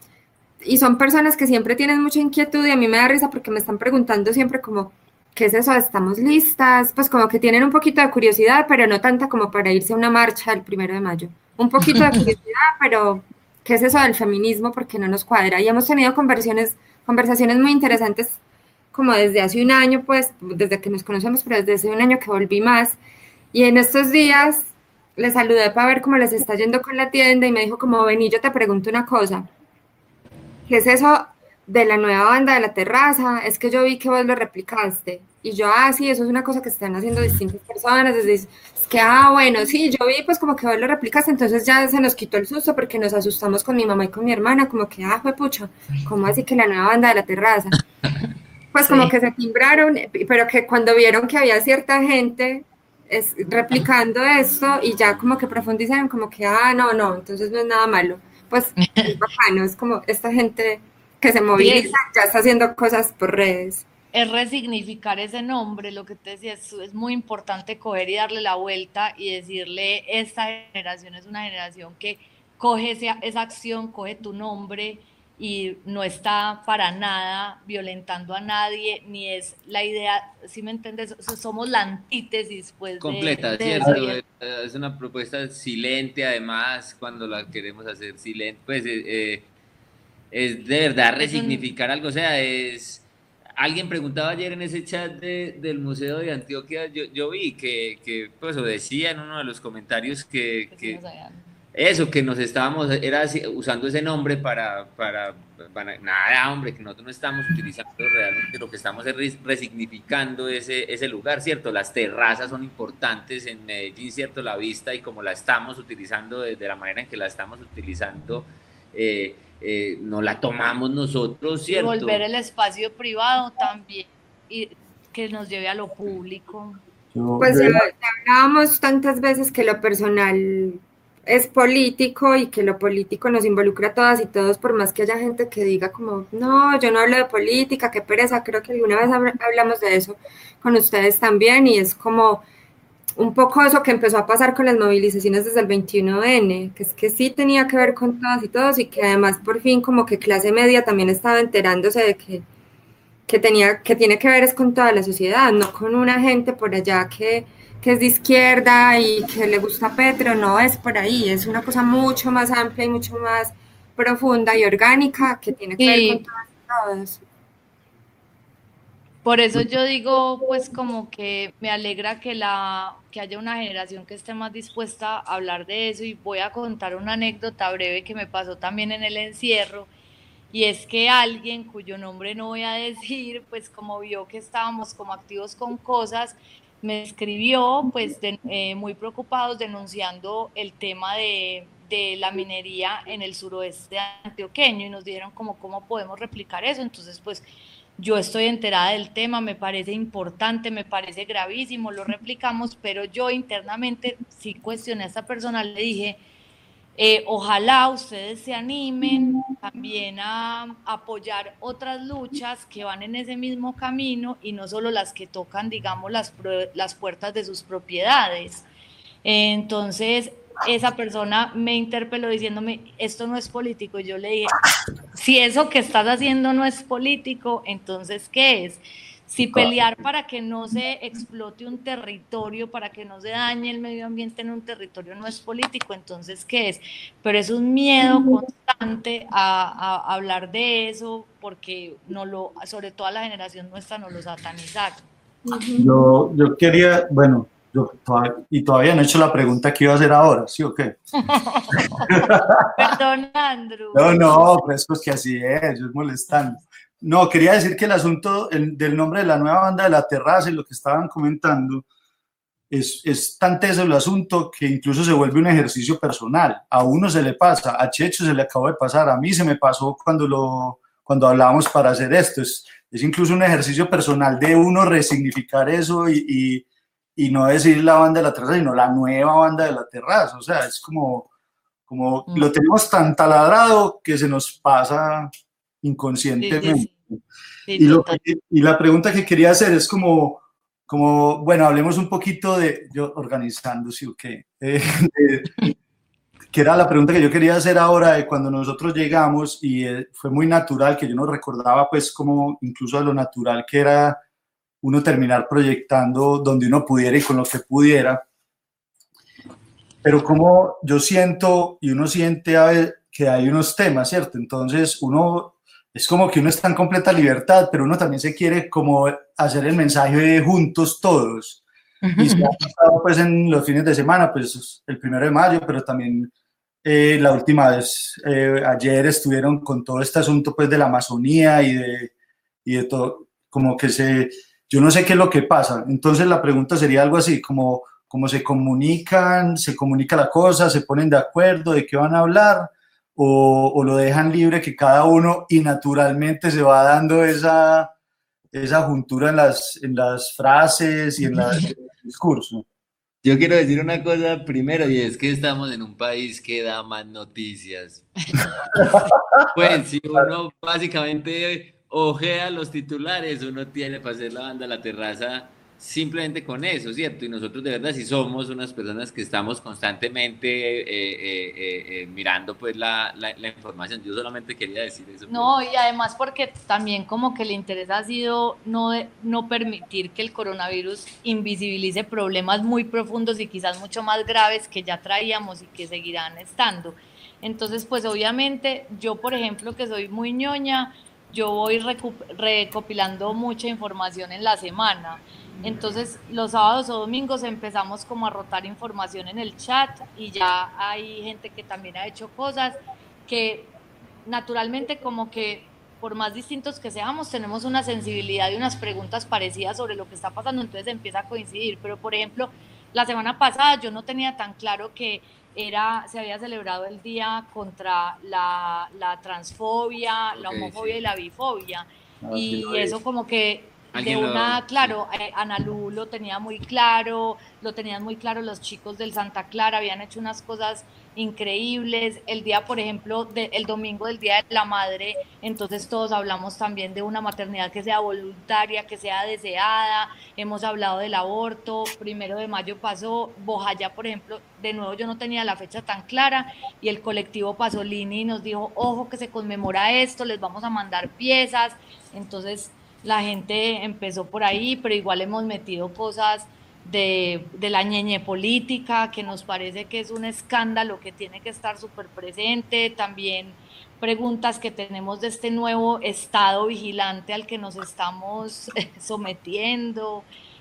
y son personas que siempre tienen mucha inquietud y a mí me da risa porque me están preguntando siempre como, ¿qué es eso? ¿Estamos listas? Pues como que tienen un poquito de curiosidad, pero no tanta como para irse a una marcha el primero de mayo. Un poquito de curiosidad, pero ¿qué es eso del feminismo? Porque no nos cuadra. Y hemos tenido conversaciones, conversaciones muy interesantes como desde hace un año, pues, desde que nos conocemos, pero desde hace un año que volví más. Y en estos días les saludé para ver cómo les está yendo con la tienda y me dijo como, vení, yo te pregunto una cosa. ¿Qué es eso de la nueva banda de la terraza? Es que yo vi que vos lo replicaste. Y yo, ah, sí, eso es una cosa que están haciendo distintas personas. Es que, ah, bueno, sí, yo vi pues como que vos lo replicaste, entonces ya se nos quitó el susto porque nos asustamos con mi mamá y con mi hermana, como que, ah, fue pucha, ¿cómo así que la nueva banda de la terraza? Pues como sí, que se timbraron, pero que cuando vieron que había cierta gente es, replicando esto y ya como que profundizaron, como que, ah, no, no, entonces no es nada malo. Pues es bacano, es como esta gente que se moviliza, ya está haciendo cosas por redes. Es resignificar ese nombre, lo que te decía, es, es muy importante coger y darle la vuelta y decirle, esta generación es una generación que coge esa, esa acción, coge tu nombre y no está para nada violentando a nadie, ni es la idea, ¿sí me entiendes? Somos la antítesis, pues. Completa, de, de ¿cierto? decir. Es una propuesta silente, además, cuando la queremos hacer silente, pues eh, es de verdad resignificar algo, o sea, es... Alguien preguntaba ayer en ese chat de, del Museo de Antioquia, yo, yo vi que, que pues, o decía en uno de los comentarios que, que eso, que nos estábamos, era usando ese nombre para, para, para, nada, hombre, que nosotros no estamos utilizando realmente, lo que estamos es resignificando ese, ese lugar, ¿cierto? Las terrazas son importantes en Medellín, ¿cierto? La vista y como la estamos utilizando, de, de la manera en que la estamos utilizando, eh, Eh, no la tomamos nosotros, ¿cierto? Y volver el espacio privado también, y que nos lleve a lo público. Pues ya, ya hablábamos tantas veces que lo personal es político y que lo político nos involucra a todas y todos, por más que haya gente que diga como, no, yo no hablo de política, qué pereza, creo que alguna vez hablamos de eso con ustedes también, y es como un poco eso que empezó a pasar con las movilizaciones desde el veintiuno ene, que es que sí tenía que ver con todas y todos, y que además por fin como que clase media también estaba enterándose de que, que, tenía, que tiene que ver es con toda la sociedad, no con una gente por allá que, que es de izquierda y que le gusta Petro, no es por ahí, es una cosa mucho más amplia y mucho más profunda y orgánica que tiene que sí. ver con todas y todos. Por eso yo digo, pues como que me alegra que, la, que haya una generación que esté más dispuesta a hablar de eso, y voy a contar una anécdota breve que me pasó también en el encierro, y es que alguien cuyo nombre no voy a decir, pues como vio que estábamos como activos con cosas, me escribió pues de, eh, muy preocupados denunciando el tema de, de la minería en el suroeste antioqueño, y nos dijeron como cómo podemos replicar eso. Entonces pues yo estoy enterada del tema, me parece importante, me parece gravísimo, lo replicamos, pero yo internamente sí cuestioné a esta persona, le dije, eh, ojalá ustedes se animen también a apoyar otras luchas que van en ese mismo camino y no solo las que tocan, digamos, las, las puertas de sus propiedades. Entonces, esa persona me interpeló diciéndome, esto no es político. Yo le dije, si eso que estás haciendo no es político, entonces, ¿qué es? Si pelear para que no se explote un territorio, para que no se dañe el medio ambiente en un territorio no es político, entonces, ¿qué es? Pero es un miedo constante a, a hablar de eso, porque no lo, sobre todo a la generación nuestra nos lo satanizaron. Yo, yo quería, bueno, yo todavía, y todavía no he hecho la pregunta que iba a hacer ahora, ¿sí o qué? Perdón, Andrew. No, no, pues, pues que así es, yo es molestando. No, quería decir que el asunto el, del nombre de la nueva banda de La Terraza y lo que estaban comentando es, es tan teso el asunto que incluso se vuelve un ejercicio personal. A uno se le pasa, a Checho se le acabó de pasar, a mí se me pasó cuando, lo, cuando hablábamos para hacer esto. Es, es incluso un ejercicio personal de uno resignificar eso y, y, y no decir la banda de La Terraza, sino la nueva banda de La Terraza. O sea, es como, como mm. lo tenemos tan taladrado que se nos pasa inconscientemente. Sí, sí, sí. Sí, y, lo que, y la pregunta que quería hacer es como, como bueno, hablemos un poquito de, yo organizando, sí, ok, eh, de, que era la pregunta que yo quería hacer ahora de cuando nosotros llegamos y eh, fue muy natural, que yo no recordaba pues como incluso de lo natural que era uno terminar proyectando donde uno pudiera y con lo que pudiera, pero como yo siento y uno siente a ver que hay unos temas, ¿cierto? Entonces uno... Es como que uno está en completa libertad, pero uno también se quiere como hacer el mensaje de juntos todos. Y se ha pasado pues en los fines de semana, pues el primero de mayo, pero también eh, la última vez, eh, ayer estuvieron con todo este asunto pues de la Amazonía y de, y de todo, como que se, yo no sé qué es lo que pasa. Entonces la pregunta sería algo así, como, como se comunican, se comunica la cosa, se ponen de acuerdo de qué van a hablar, O, o lo dejan libre que cada uno y naturalmente se va dando esa, esa juntura en las, en las frases y en, la, en el discurso. Yo quiero decir una cosa primero y es que estamos en un país que da más noticias. Pues si uno básicamente ojea los titulares, uno tiene para hacer la banda La Terraza simplemente con eso, ¿cierto? Y nosotros de verdad sí somos unas personas que estamos constantemente eh, eh, eh, eh, mirando pues la, la, la información. Yo solamente quería decir eso. No, y además porque también como que el interés ha sido no, de, no permitir que el coronavirus invisibilice problemas muy profundos y quizás mucho más graves que ya traíamos y que seguirán estando. Entonces, pues obviamente yo, por ejemplo, que soy muy ñoña, yo voy recopilando mucha información en la semana. Entonces los sábados o domingos empezamos como a rotar información en el chat y ya hay gente que también ha hecho cosas que naturalmente como que por más distintos que seamos tenemos una sensibilidad y unas preguntas parecidas sobre lo que está pasando, entonces empieza a coincidir. Pero por ejemplo la semana pasada yo no tenía tan claro que era, se había celebrado el día contra la, la transfobia, okay, la homofobia sí. y la bifobia ah, y sí, eso como que de una, lo... claro, eh, Analu lo tenía muy claro, lo tenían muy claro los chicos del Santa Clara, habían hecho unas cosas increíbles. El día, por ejemplo, de, el domingo del Día de la Madre, entonces todos hablamos también de una maternidad que sea voluntaria, que sea deseada, hemos hablado del aborto, primero de mayo pasó, Bojayá, por ejemplo, de nuevo yo no tenía la fecha tan clara y el colectivo Pasolini nos dijo, ojo que se conmemora esto, les vamos a mandar piezas, entonces la gente empezó por ahí, pero igual hemos metido cosas de, de la ñeñe política, que nos parece que es un escándalo que tiene que estar súper presente, también preguntas que tenemos de este nuevo estado vigilante al que nos estamos sometiendo,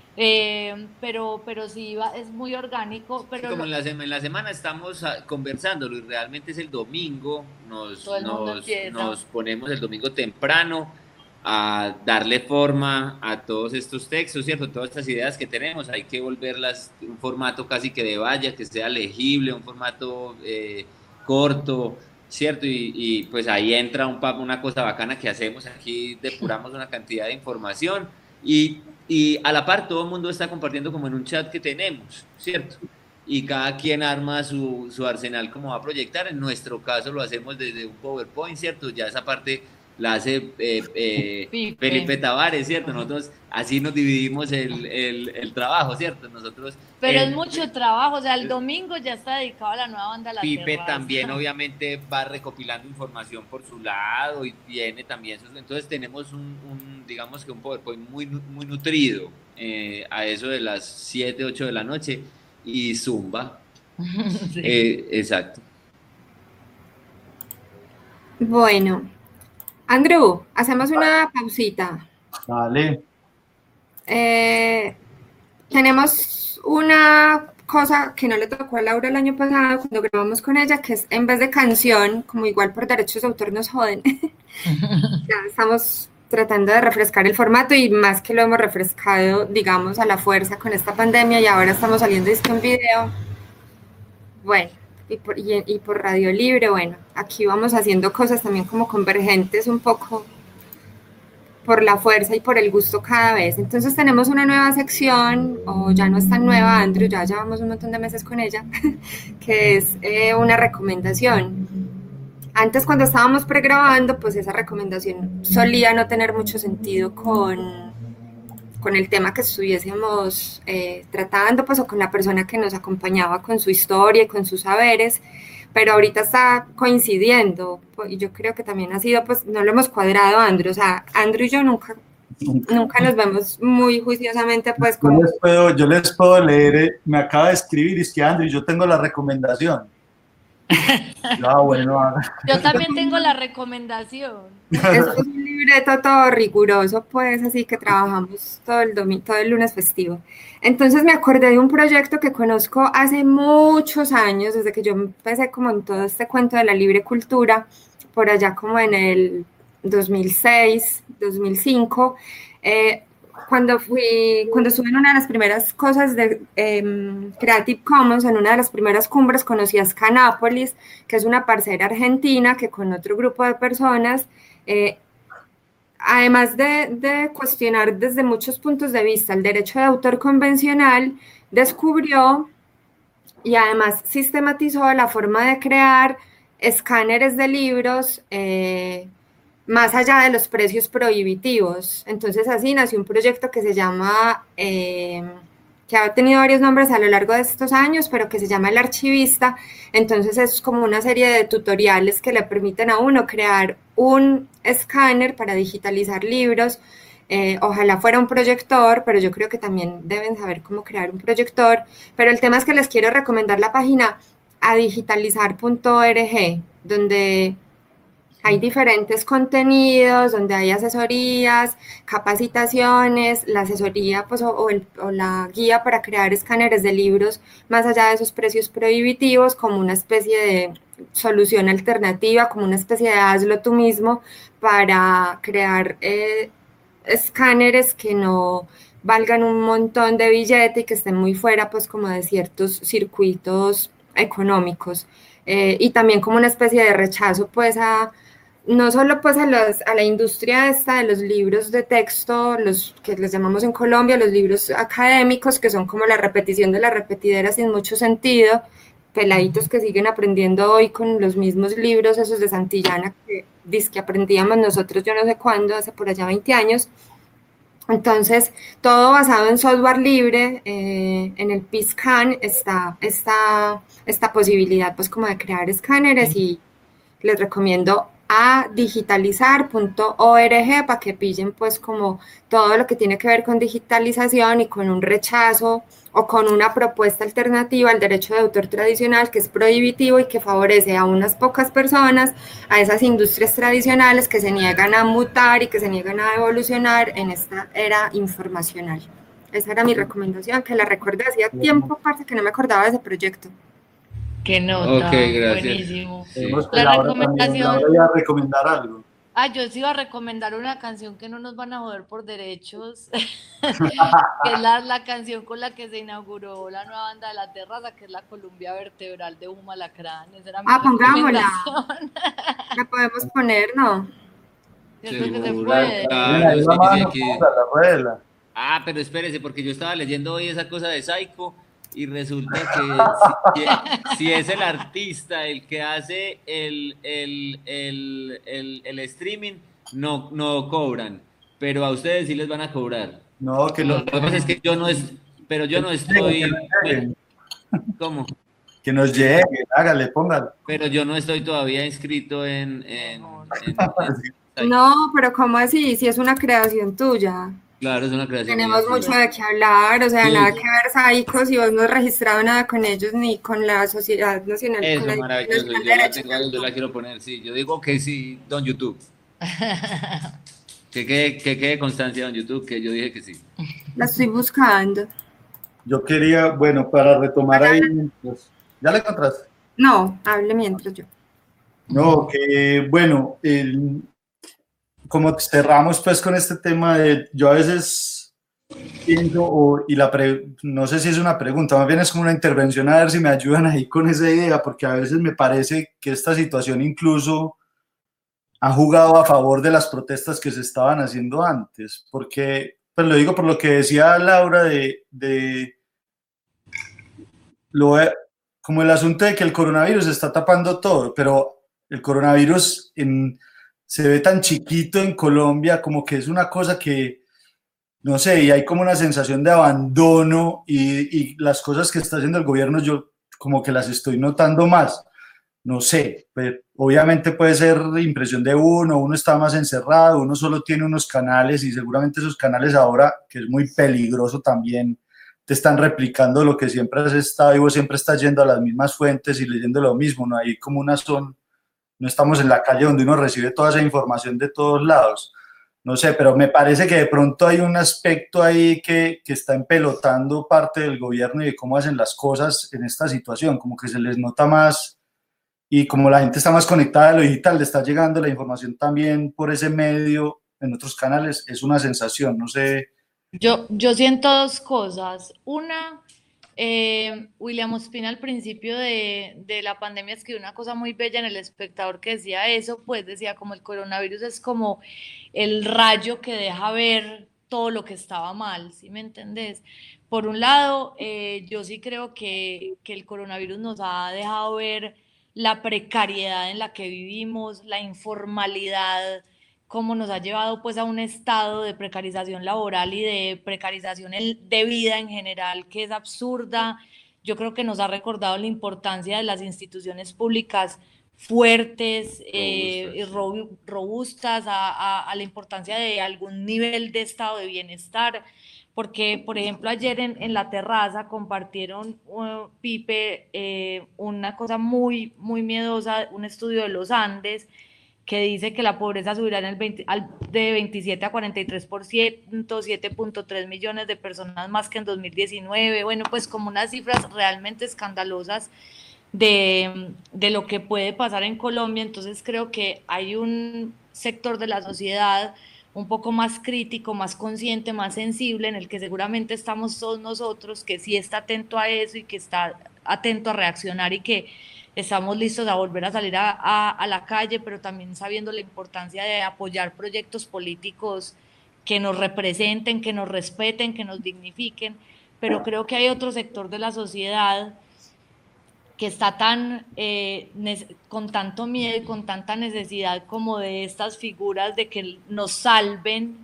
eh, pero, pero sí es muy orgánico. Pero como en la, en la semana estamos conversándolo y realmente es el domingo, nos, nos, nos ponemos el domingo temprano a darle forma a todos estos textos, ¿cierto? Todas estas ideas que tenemos, hay que volverlas un formato casi que de valla, que sea legible, un formato eh, corto, ¿cierto? Y, y pues ahí entra un, una cosa bacana que hacemos, aquí depuramos una cantidad de información y, y a la par todo el mundo está compartiendo como en un chat que tenemos, ¿cierto? Y cada quien arma su, su arsenal como va a proyectar, en nuestro caso lo hacemos desde un PowerPoint, ¿cierto? Ya esa parte la hace eh, eh, Felipe Tavares, ¿cierto? Nosotros así nos dividimos el, el, el trabajo, ¿cierto? Nosotros... Pero eh, es mucho trabajo, o sea, el domingo ya está dedicado a la nueva banda La Pipe Terraza. También obviamente va recopilando información por su lado y tiene también sus... Entonces tenemos un, un digamos que un PowerPoint muy, muy nutrido eh, a eso de las siete, ocho de la noche y zumba. Sí. Eh, exacto. Bueno, Andrew, hacemos una pausita. Vale. Eh, tenemos una cosa que no le tocó a Laura el año pasado cuando grabamos con ella, que es en vez de canción, como igual por derechos de autor nos joden, ya estamos tratando de refrescar el formato y más que lo hemos refrescado, digamos, a la fuerza con esta pandemia y ahora estamos saliendo de un video. Bueno, y por, y, y por Radio Libre, bueno, aquí vamos haciendo cosas también como convergentes un poco por la fuerza y por el gusto cada vez. Entonces tenemos una nueva sección, o ya no es tan nueva, Andrew, ya llevamos un montón de meses con ella, que es eh, una recomendación. Antes cuando estábamos pregrabando, pues esa recomendación solía no tener mucho sentido con, con el tema que estuviésemos eh, tratando, pues o con la persona que nos acompañaba con su historia y con sus saberes, pero ahorita está coincidiendo, y yo creo que también ha sido, pues, no lo hemos cuadrado, Andrew, o sea, Andrew y yo nunca, nunca nos vemos muy juiciosamente, pues, como... Yo les puedo, yo les puedo leer, eh, me acaba de escribir, y es que Andrew, yo tengo la recomendación. Ah, bueno. Yo también tengo la recomendación. Esto es un libreto todo riguroso, pues, así que trabajamos todo el domingo, todo el lunes festivo. Entonces me acordé de un proyecto que conozco hace muchos años, desde que yo empecé como en todo este cuento de la libre cultura, por allá como en el dos mil seis, dos mil cinco, eh, cuando fui, cuando estuve en una de las primeras cosas de eh, Creative Commons, en una de las primeras cumbres, conocí a Scanápolis, que es una parcera argentina que con otro grupo de personas, eh, además de, de cuestionar desde muchos puntos de vista el derecho de autor convencional, descubrió y además sistematizó la forma de crear escáneres de libros eh, más allá de los precios prohibitivos. Entonces así nació un proyecto que se llama, eh, que ha tenido varios nombres a lo largo de estos años, pero que se llama El Archivista. Entonces es como una serie de tutoriales que le permiten a uno crear un escáner para digitalizar libros. Eh, ojalá fuera un proyector, pero yo creo que también deben saber cómo crear un proyector. Pero el tema es que les quiero recomendar la página adigitalizar punto org, donde hay diferentes contenidos, donde hay asesorías, capacitaciones, la asesoría pues, o, o, el, o la guía para crear escáneres de libros más allá de esos precios prohibitivos, como una especie de solución alternativa, como una especie de hazlo tú mismo para crear eh, escáneres que no valgan un montón de billete y que estén muy fuera pues como de ciertos circuitos económicos. Eh, y también como una especie de rechazo pues a no solo pues a, los, a la industria esta de los libros de texto, los que les llamamos en Colombia los libros académicos, que son como la repetición de la repetidera sin mucho sentido, peladitos que siguen aprendiendo hoy con los mismos libros, esos de Santillana, que dizque aprendíamos nosotros yo no sé cuándo, hace por allá veinte años. Entonces, todo basado en software libre, eh, en el PISCAN está esta, esta posibilidad pues como de crear escáneres y les recomiendo a digitalizar punto org para que pillen pues como todo lo que tiene que ver con digitalización y con un rechazo o con una propuesta alternativa al derecho de autor tradicional que es prohibitivo y que favorece a unas pocas personas, a esas industrias tradicionales que se niegan a mutar y que se niegan a evolucionar en esta era informacional. Esa era mi recomendación, que la recordé hacía tiempo, parce, que no me acordaba de ese proyecto. Qué nota, okay, gracias. buenísimo. Sí. La recomendación. Ahora voy a recomendar algo. Ah, yo sí iba a recomendar una canción que no nos van a joder por derechos, que es la, la canción con la que se inauguró la nueva banda de La Terraza, que es la columna vertebral de Humo Alacrán. Esa era mi ah, pongámosla. La podemos poner, ¿no? Cierto que se puede. Claro, sí, mano, aquí. la Ah, pero espérese, porque yo estaba leyendo hoy esa cosa de Psycho y resulta que si, si es el artista el que hace el, el, el, el, el streaming, no, no cobran, pero a ustedes sí les van a cobrar. No, que Lo no. que pasa es que yo no es, pero yo no estoy. ¿Cómo? Que nos llegue, hágale, póngalo. Pero yo no estoy todavía inscrito en. en, en, en No, pero ¿cómo así? Si es una creación tuya. Claro, es una creación. Tenemos mucho de qué hablar, o sea, sí. Nada que ver, Saico, si vos no has registrado nada con ellos ni con la Sociedad Nacional. Eso, con la maravilloso, yo la tengo, yo la quiero poner, sí, yo digo que sí, don YouTube. Que quede, que quede constancia, don YouTube, que yo dije que sí. La estoy buscando. Yo quería, bueno, para retomar ahí, pues, ¿ya la encontraste? No, hable mientras yo. No, que bueno, el, como cerramos pues con este tema de, yo a veces pienso, o, y la pre, no sé si es una pregunta, más bien es como una intervención, a ver si me ayudan ahí con esa idea, porque a veces me parece que esta situación incluso ha jugado a favor de las protestas que se estaban haciendo antes, porque, pues lo digo por lo que decía Laura de, de lo, como el asunto de que el coronavirus está tapando todo, pero el coronavirus en, se ve tan chiquito en Colombia, como que es una cosa que, no sé, y hay como una sensación de abandono y, y las cosas que está haciendo el gobierno yo como que las estoy notando más. No sé, pues, obviamente puede ser impresión de uno, uno está más encerrado, uno solo tiene unos canales y seguramente esos canales ahora, que es muy peligroso también, te están replicando lo que siempre has estado y vos siempre estás yendo a las mismas fuentes y leyendo lo mismo, ¿no? Hay como una zona, no estamos en la calle donde uno recibe toda esa información de todos lados. No sé, pero me parece que de pronto hay un aspecto ahí que, que está empelotando parte del gobierno y de cómo hacen las cosas en esta situación, como que se les nota más y como la gente está más conectada a lo digital, le está llegando la información también por ese medio en otros canales, es una sensación, no sé. Yo, yo siento dos cosas. Una, eh, William Ospina al principio de, de la pandemia escribió una cosa muy bella en El Espectador que decía eso, pues decía como el coronavirus es como el rayo que deja ver todo lo que estaba mal, ¿sí me entendés? Por un lado, eh, yo sí creo que, que el coronavirus nos ha dejado ver la precariedad en la que vivimos, la informalidad, cómo nos ha llevado pues a un estado de precarización laboral y de precarización de vida en general que es absurda. Yo creo que nos ha recordado la importancia de las instituciones públicas fuertes, eh, robustas, a, a, a la importancia de algún nivel de estado de bienestar, porque por ejemplo ayer en, en la terraza compartieron uh, Pipe eh, una cosa muy, muy miedosa, un estudio de los Andes, que dice que la pobreza subirá en el veinte, al, de veintisiete a cuarenta y tres por ciento, siete punto tres millones de personas más que en dos mil diecinueve, bueno, pues como unas cifras realmente escandalosas de, de lo que puede pasar en Colombia. Entonces creo que hay un sector de la sociedad un poco más crítico, más consciente, más sensible, en el que seguramente estamos todos nosotros, que sí está atento a eso y que está atento a reaccionar y que estamos listos a volver a salir a, a, a la calle, pero también sabiendo la importancia de apoyar proyectos políticos que nos representen, que nos respeten, que nos dignifiquen. Pero creo que hay otro sector de la sociedad que está tan, eh, con tanto miedo y con tanta necesidad como de estas figuras de que nos salven,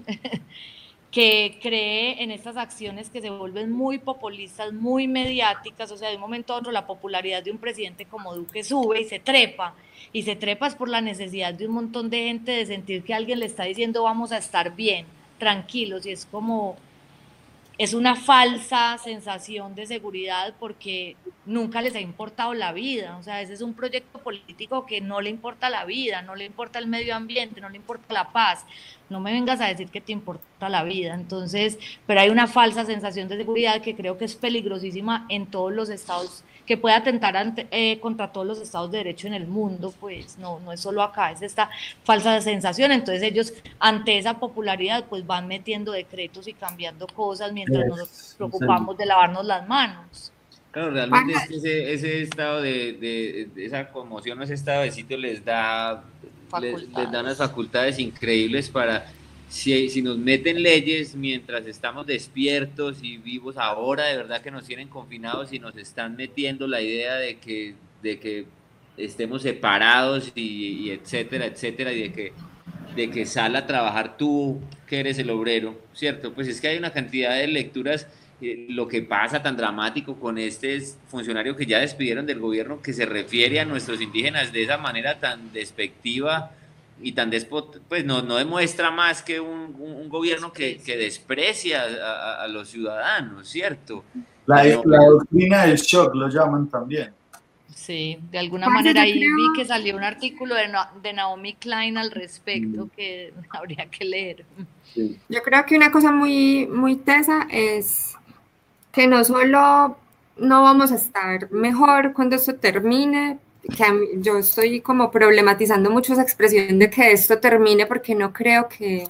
que cree en estas acciones que se vuelven muy populistas, muy mediáticas. O sea, de un momento a otro la popularidad de un presidente como Duque sube y se trepa, y se trepa es por la necesidad de un montón de gente de sentir que alguien le está diciendo vamos a estar bien, tranquilos, y es como, es una falsa sensación de seguridad porque nunca les ha importado la vida. O sea, ese es un proyecto político que no le importa la vida, no le importa el medio ambiente, no le importa la paz. No me vengas a decir que te importa la vida. Entonces, pero hay una falsa sensación de seguridad que creo que es peligrosísima en todos los estados, que puede atentar ante, eh, contra todos los estados de derecho en el mundo, pues no, no es solo acá, es esta falsa sensación. Entonces ellos ante esa popularidad pues van metiendo decretos y cambiando cosas mientras nos sí, preocupamos sí. de lavarnos las manos. Claro, realmente es que ese, ese estado de, de, de esa conmoción, ese estado de sitio les da, les, les da unas facultades increíbles para, si, si nos meten leyes mientras estamos despiertos y vivos ahora, de verdad que nos tienen confinados y nos están metiendo la idea de que, de que estemos separados y, y etcétera, etcétera, y de que, de que sal a trabajar tú, que eres el obrero, ¿cierto? Pues es que hay una cantidad de lecturas. Lo que pasa tan dramático con este funcionario que ya despidieron del gobierno, que se refiere a nuestros indígenas de esa manera tan despectiva y tan despot, pues no, no demuestra más que un, un, un gobierno que, que desprecia a, a los ciudadanos, ¿cierto? La, no, la doctrina del shock lo llaman también. Sí, de alguna manera ahí vi que salió un artículo de, de Naomi Klein al respecto, que habría que leer. Sí. Yo creo que una cosa muy, muy tesa es que no solo no vamos a estar mejor cuando esto termine, que a mí, yo estoy como problematizando mucho esa expresión de que esto termine, porque no creo que,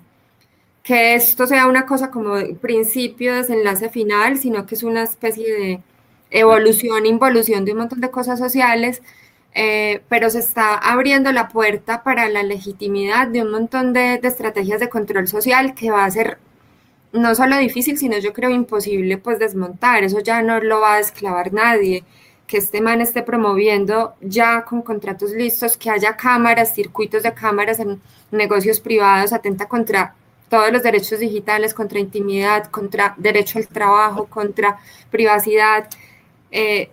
que esto sea una cosa como principio, desenlace final, sino que es una especie de evolución, involución de un montón de cosas sociales, eh, pero se está abriendo la puerta para la legitimidad de un montón de, de estrategias de control social que va a ser no solo difícil, sino yo creo imposible pues desmontar. Eso ya no lo va a desclavar nadie. Que este man esté promoviendo ya con contratos listos, que haya cámaras, circuitos de cámaras en negocios privados, atenta contra todos los derechos digitales, contra intimidad, contra derecho al trabajo, contra privacidad, eh,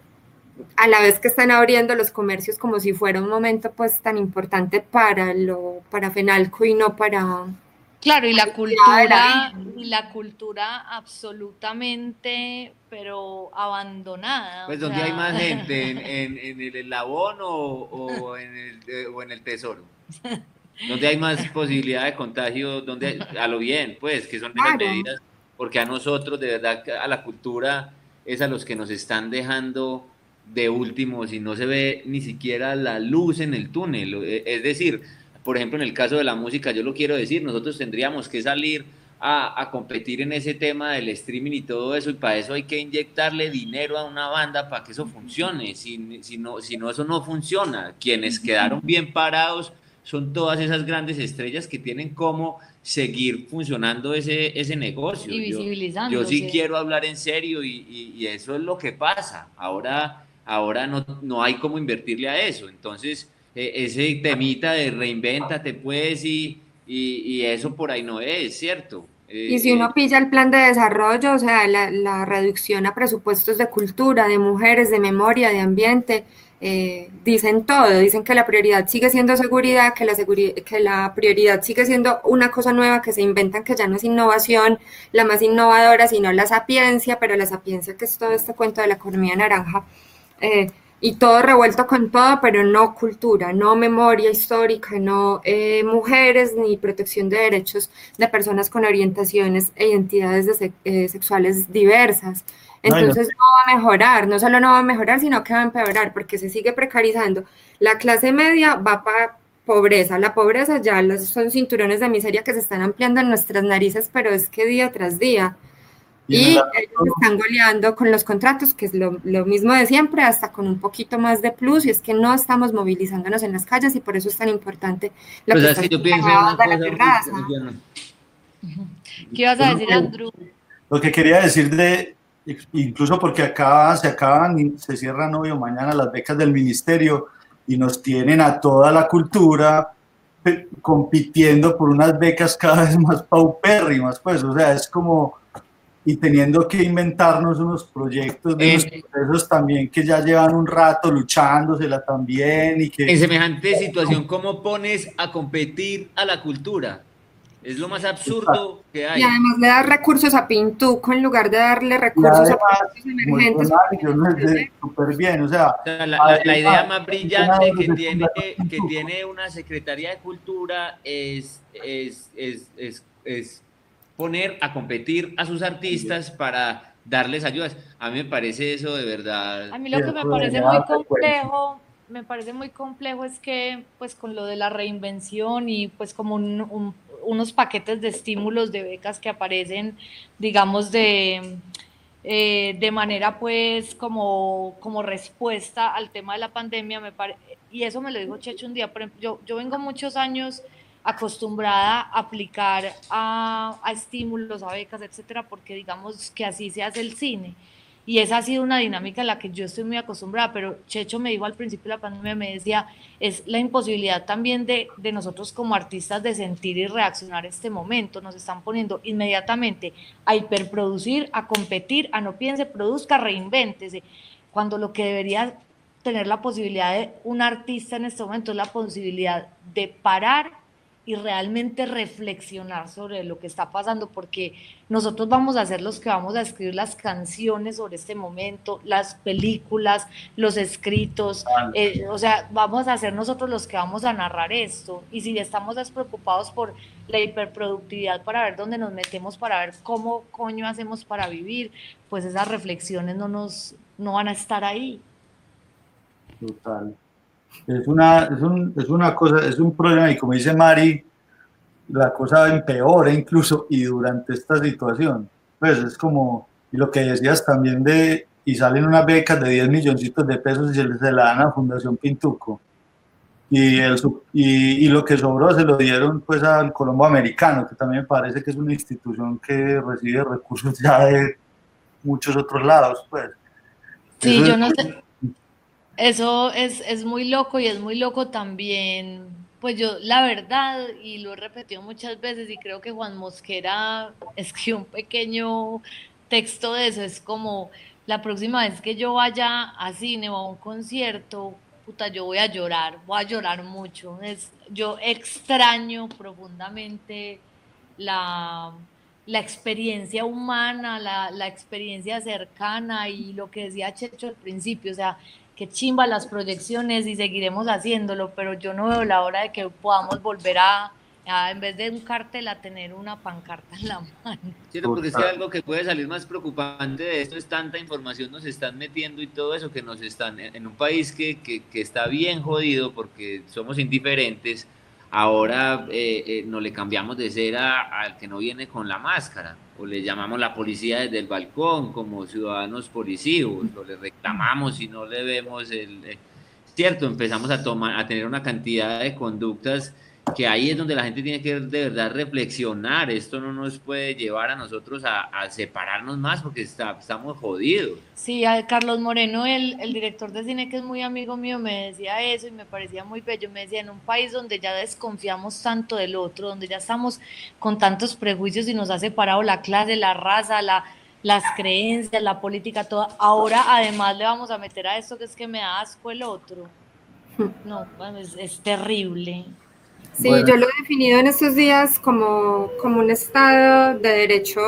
a la vez que están abriendo los comercios como si fuera un momento pues tan importante para lo para Fenalco y no para... Claro, y la cultura, y la cultura absolutamente, pero abandonada. Pues donde sea... hay más gente, en, en, en el eslabón o, o, en el, o en el tesoro. Donde hay más posibilidad de contagio, donde a lo bien, pues, que son de las medidas, porque a nosotros, de verdad, a la cultura es a los que nos están dejando de últimos y no se ve ni siquiera la luz en el túnel. Es decir, por ejemplo, en el caso de la música, yo lo quiero decir, nosotros tendríamos que salir a, a competir en ese tema del streaming y todo eso, y para eso hay que inyectarle dinero a una banda para que eso funcione. Si, si, no, si no, eso no funciona. Quienes quedaron bien parados son todas esas grandes estrellas que tienen cómo seguir funcionando ese, ese negocio. Y visibilizando. Yo, yo sí quiero hablar en serio y, y, y eso es lo que pasa. Ahora, ahora no, no hay cómo invertirle a eso. Entonces, eh, ese temita de reinvéntate pues y, y, y eso por ahí no es, ¿cierto? Eh, y si uno pilla el plan de desarrollo, o sea, la, la reducción a presupuestos de cultura, de mujeres, de memoria, de ambiente, Eh, dicen todo, dicen que la prioridad sigue siendo seguridad, que la, seguri que la prioridad sigue siendo una cosa nueva que se inventan, que ya no es innovación la más innovadora, sino la sapiencia, pero la sapiencia que es todo este cuento de la economía naranja, eh, y todo revuelto con todo, pero no cultura, no memoria histórica, no eh, mujeres, ni protección de derechos de personas con orientaciones e identidades de se eh, sexuales diversas. Entonces no va a mejorar, no solo no va a mejorar, sino que va a empeorar, porque se sigue precarizando. La clase media va para pobreza, la pobreza ya los, son cinturones de miseria que se están ampliando en nuestras narices, pero es que día tras día. Y, y ellos están goleando con los contratos, que es lo, lo mismo de siempre, hasta con un poquito más de plus, y es que no estamos movilizándonos en las calles, y por eso es tan importante lo pues que es que yo pienso en una cosa muy, muy ¿Qué ibas a decir, Andrew? Lo que quería decir de... incluso porque acá se acaban y se cierran hoy o mañana las becas del ministerio y nos tienen a toda la cultura compitiendo por unas becas cada vez más paupérrimas, pues, o sea, es como, y teniendo que inventarnos unos proyectos de unos procesos también que ya llevan un rato luchándosela también y que... En semejante situación, ¿cómo pones a competir a la cultura? Es lo más absurdo que hay. Y además le das recursos a Pintuco en lugar de darle recursos además, a proyectos emergentes. Súper bien, o sea... O sea la, la, la idea más brillante que tiene, que tiene una Secretaría de Cultura es, es, es, es, es poner a competir a sus artistas para darles ayudas. A mí me parece eso de verdad... A mí lo que me parece muy complejo... me parece muy complejo es que pues con lo de la reinvención y pues como un, un, unos paquetes de estímulos de becas que aparecen digamos de, eh, de manera pues como, como respuesta al tema de la pandemia, me pare... y eso me lo dijo Checho un día, por ejemplo, yo, yo vengo muchos años acostumbrada a aplicar a, a estímulos, a becas, etcétera, porque digamos que así se hace el cine. Y esa ha sido una dinámica a la que yo estoy muy acostumbrada, pero Checho me dijo al principio de la pandemia, me decía, es la imposibilidad también de, de nosotros como artistas de sentir y reaccionar a este momento. Nos están poniendo inmediatamente a hiperproducir, a competir, a no piense, produzca, reinvéntese, cuando lo que debería tener la posibilidad de un artista en este momento es la posibilidad de parar y realmente reflexionar sobre lo que está pasando, porque nosotros vamos a ser los que vamos a escribir las canciones sobre este momento, las películas, los escritos, eh, o sea, vamos a ser nosotros los que vamos a narrar esto, y si estamos despreocupados por la hiperproductividad para ver dónde nos metemos, para ver cómo coño hacemos para vivir, pues esas reflexiones no, nos, no van a estar ahí. Total. Es una, es, un, es una cosa, es un problema, y como dice Mari, la cosa empeora incluso y durante esta situación. Pues es como, y lo que decías también de, y salen unas becas de diez milloncitos de pesos y se, se la dan a Fundación Pintuco. Y, el, y, y lo que sobró se lo dieron pues al Colombo Americano, que también parece que es una institución que recibe recursos ya de muchos otros lados, pues. Sí, Eso yo es, no sé. Eso es, es muy loco, y es muy loco también, pues yo la verdad, y lo he repetido muchas veces, y creo que Juan Mosquera escribió un pequeño texto de eso, es como la próxima vez que yo vaya a cine o a un concierto, puta, yo voy a llorar, voy a llorar mucho. Es, yo extraño profundamente la, la experiencia humana, la, la experiencia cercana, y lo que decía Checho al principio, o sea, qué chimba las proyecciones y seguiremos haciéndolo, pero yo no veo la hora de que podamos volver a, a en vez de un cartel, a tener una pancarta en la mano. Cierto, porque es que algo que puede salir más preocupante de esto es tanta información nos están metiendo y todo eso, que nos están, en un país que, que, que está bien jodido porque somos indiferentes, ahora eh, eh, no le cambiamos de cera al que no viene con la máscara, o le llamamos la policía desde el balcón como ciudadanos policivos, o le reclamamos y no le vemos el... Eh, cierto, empezamos a, tomar, a tener una cantidad de conductas que ahí es donde la gente tiene que de verdad reflexionar. Esto no nos puede llevar a nosotros a, a separarnos más porque está, estamos jodidos. Sí, a Carlos Moreno, el, el director de cine, que es muy amigo mío, me decía eso y me parecía muy bello. Me decía, en un país donde ya desconfiamos tanto del otro, donde ya estamos con tantos prejuicios y nos ha separado la clase, la raza, la, las creencias, la política, toda, ahora además le vamos a meter a esto que es que me da asco el otro. No, bueno, es, es terrible. Sí, bueno, yo lo he definido en estos días como, como un estado de derecho,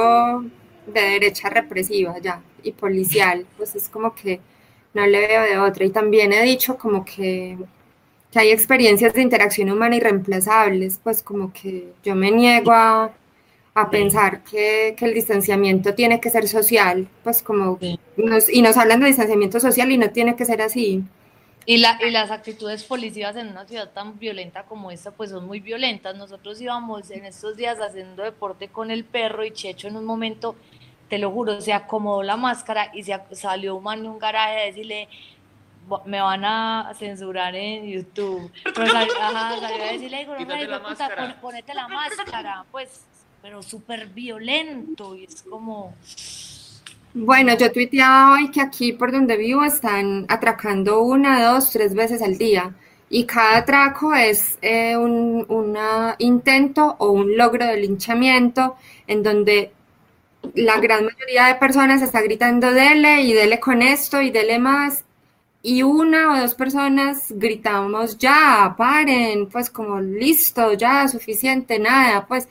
de derecha represiva ya, y policial, pues es como que no le veo de otra. Y también he dicho como que, que hay experiencias de interacción humana irreemplazables, pues como que yo me niego a, a pensar que, que el distanciamiento tiene que ser social, pues como, sí. nos, y nos hablan de distanciamiento social y no tiene que ser así. Y, la, y las actitudes policivas en una ciudad tan violenta como esta, pues son muy violentas. Nosotros íbamos en estos días haciendo deporte con el perro y Checho en un momento, te lo juro, se acomodó la máscara y se salió un man de un garaje a decirle, me van a censurar en YouTube. Pero salió, ajá, salió a decirle, digo, no, hijo, puta, pon, ponete la máscara, pues, pero súper violento, y es como... Bueno, yo tuiteaba hoy que aquí por donde vivo están atracando una, dos, tres veces al día, y cada atraco es eh, un una intento o un logro de linchamiento en donde la gran mayoría de personas está gritando dele y dele con esto y dele más, y una o dos personas gritamos ya, paren, pues como listo, ya, suficiente, nada, pues...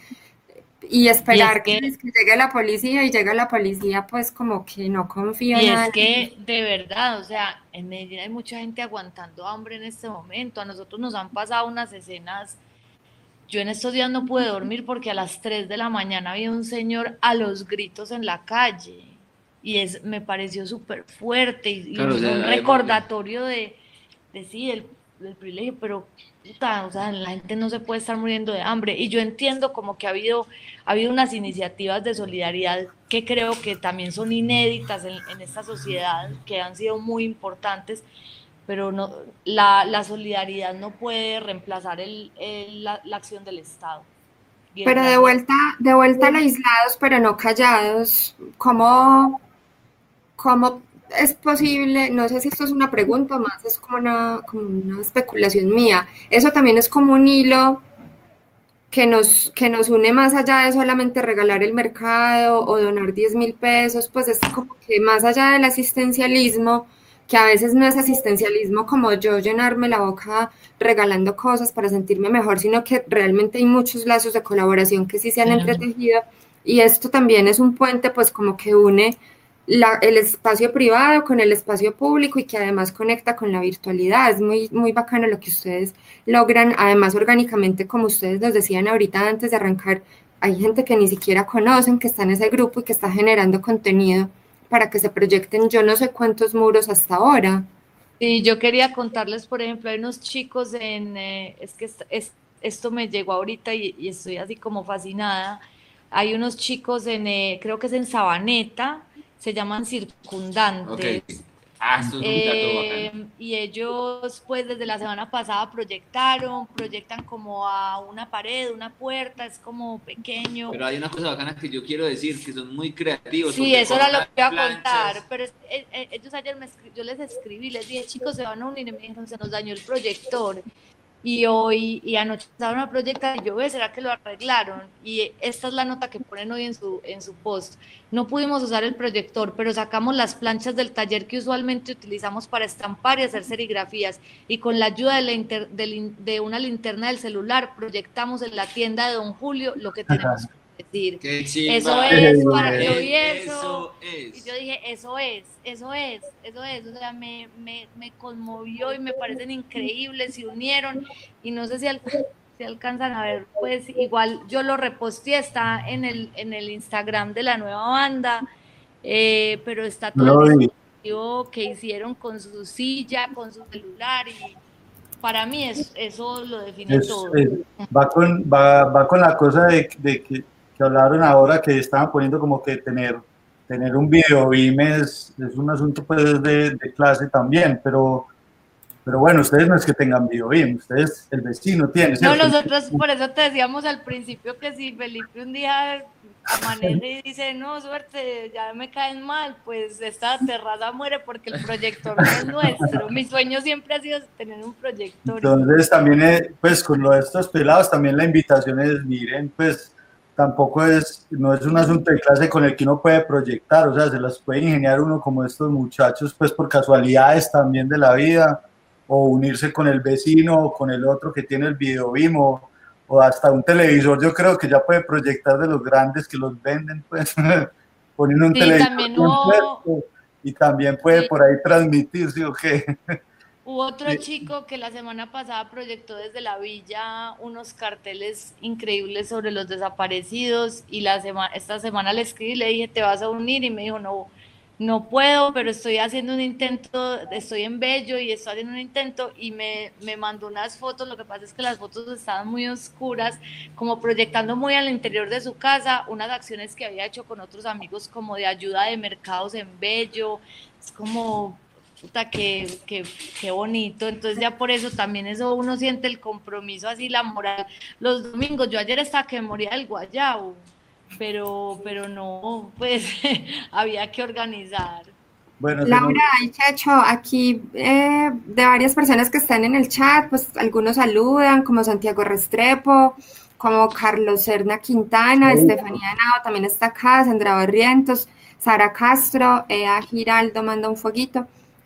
Y esperar y es que, que, que llegue la policía, y llega la policía, pues como que no confío y nada. Y es que, de verdad, o sea, en Medellín hay mucha gente aguantando hambre en este momento. A nosotros nos han pasado unas escenas. Yo en estos días no pude dormir porque a las tres de la mañana había un señor a los gritos en la calle. Y es, me pareció súper fuerte, y, claro, y un, o sea, un recordatorio de, de sí, del, del privilegio, pero... Puta, o sea, la gente no se puede estar muriendo de hambre. Y yo entiendo como que ha habido, ha habido unas iniciativas de solidaridad que creo que también son inéditas en, en esta sociedad, que han sido muy importantes, pero no, la, la solidaridad no puede reemplazar el, el, la, la acción del Estado. Pero de vuelta, de vuelta al aislados, pero no callados, ¿cómo, cómo es posible? No sé si esto es una pregunta más, es como una, como una especulación mía. Eso también es como un hilo que nos, que nos une más allá de solamente regalar el mercado o donar diez mil pesos, pues es como que más allá del asistencialismo, que a veces no es asistencialismo como yo llenarme la boca regalando cosas para sentirme mejor, sino que realmente hay muchos lazos de colaboración que sí se han entretejido, y esto también es un puente pues como que une La, el espacio privado con el espacio público y que además conecta con la virtualidad. Es muy, muy bacano lo que ustedes logran, además orgánicamente, como ustedes nos decían ahorita antes de arrancar, hay gente que ni siquiera conocen, que está en ese grupo y que está generando contenido para que se proyecten yo no sé cuántos muros hasta ahora. Sí, yo quería contarles, por ejemplo, hay unos chicos en, eh, es que es, es, esto me llegó ahorita y, y estoy así como fascinada. Hay unos chicos en, eh, creo que es en Sabaneta, se llaman circundantes. Ok. Ah, esto es un dato bacano. Eh, y ellos, pues, desde la semana pasada proyectaron, proyectan como a una pared, una puerta, es como pequeño. Pero hay una cosa bacana que yo quiero decir, que son muy creativos. Sí, porque eso con era lo unas que iba a planchas- contar, pero es- eh, eh, ellos ayer me escri- yo les escribí, les dije, chicos, se van a unir, y me dijeron, se nos dañó el proyector, y hoy, y anoche estaban a proyectar, y yo, ve, ¿será que lo arreglaron? Y esta es la nota que ponen hoy en su, en su post. No pudimos usar el proyector, pero sacamos las planchas del taller que usualmente utilizamos para estampar y hacer serigrafías, y con la ayuda de, la inter- de, lin- de una linterna del celular, proyectamos en la tienda de Don Julio lo que tenemos que decir. Qué chimba. Eso es, Eh, para, yo Eh, vi eso, eso es. y yo dije, eso es, eso es, eso es, o sea, me, me, me conmovió y me parecen increíbles, se unieron, y no sé si, al, si alcanzan a ver, pues igual yo lo reposteé, está en el, en el Instagram de la nueva banda, eh, pero está todo No, el y- dispositivo que hicieron con su silla, con su celular, y para mí es, eso lo define Es- todo. es- va, con, va, va con la cosa de, de que, que hablaron ahora, que estaban poniendo como que tener, tener un video BIM es, es un asunto pues de, de clase también, pero, pero bueno, ustedes no es que tengan video BIM, ustedes, el vecino tiene. No, ¿cierto? nosotros por eso te decíamos al principio que si Felipe un día amanece y dice, no, suerte, ya me caen mal, pues esta terraza muere porque el proyector no es nuestro. Mi sueño siempre ha sido tener un proyector. Entonces también, eh, pues con lo de estos pelados, también la invitación es, miren, pues tampoco es, no es un asunto de clase con el que uno puede proyectar, o sea, se las puede ingeniar uno como estos muchachos, pues por casualidades también de la vida, o unirse con el vecino o con el otro que tiene el video BIM, o, o hasta un televisor, yo creo que ya puede proyectar de los grandes que los venden, pues poniendo un Sí, televisor también bien hubo- puesto, y también puede Sí. por ahí transmitir, ¿sí o qué? Hubo otro Sí. chico que la semana pasada proyectó desde la villa unos carteles increíbles sobre los desaparecidos y la sema- esta semana le escribí y le dije, ¿te vas a unir? Y me dijo, no, no puedo, pero estoy haciendo un intento, estoy en Bello y estoy haciendo un intento, y me, me mandó unas fotos. Lo que pasa es que las fotos estaban muy oscuras, como proyectando muy al interior de su casa unas acciones que había hecho con otros amigos como de ayuda de mercados en Bello. Es como... Puta, qué, qué, qué bonito. Entonces ya por eso también eso uno siente el compromiso, así la moral. Los domingos, yo ayer estaba que me moría del guayabo, pero, pero no, pues había que organizar. Bueno, se nos- Laura y Checho, aquí eh, de varias personas que están en el chat, pues algunos saludan, como Santiago Restrepo, como Carlos Serna Quintana, Sí. Estefanía Nao también está acá, Sandra Barrientos, Sara Castro, Ea Giraldo manda un fueguito.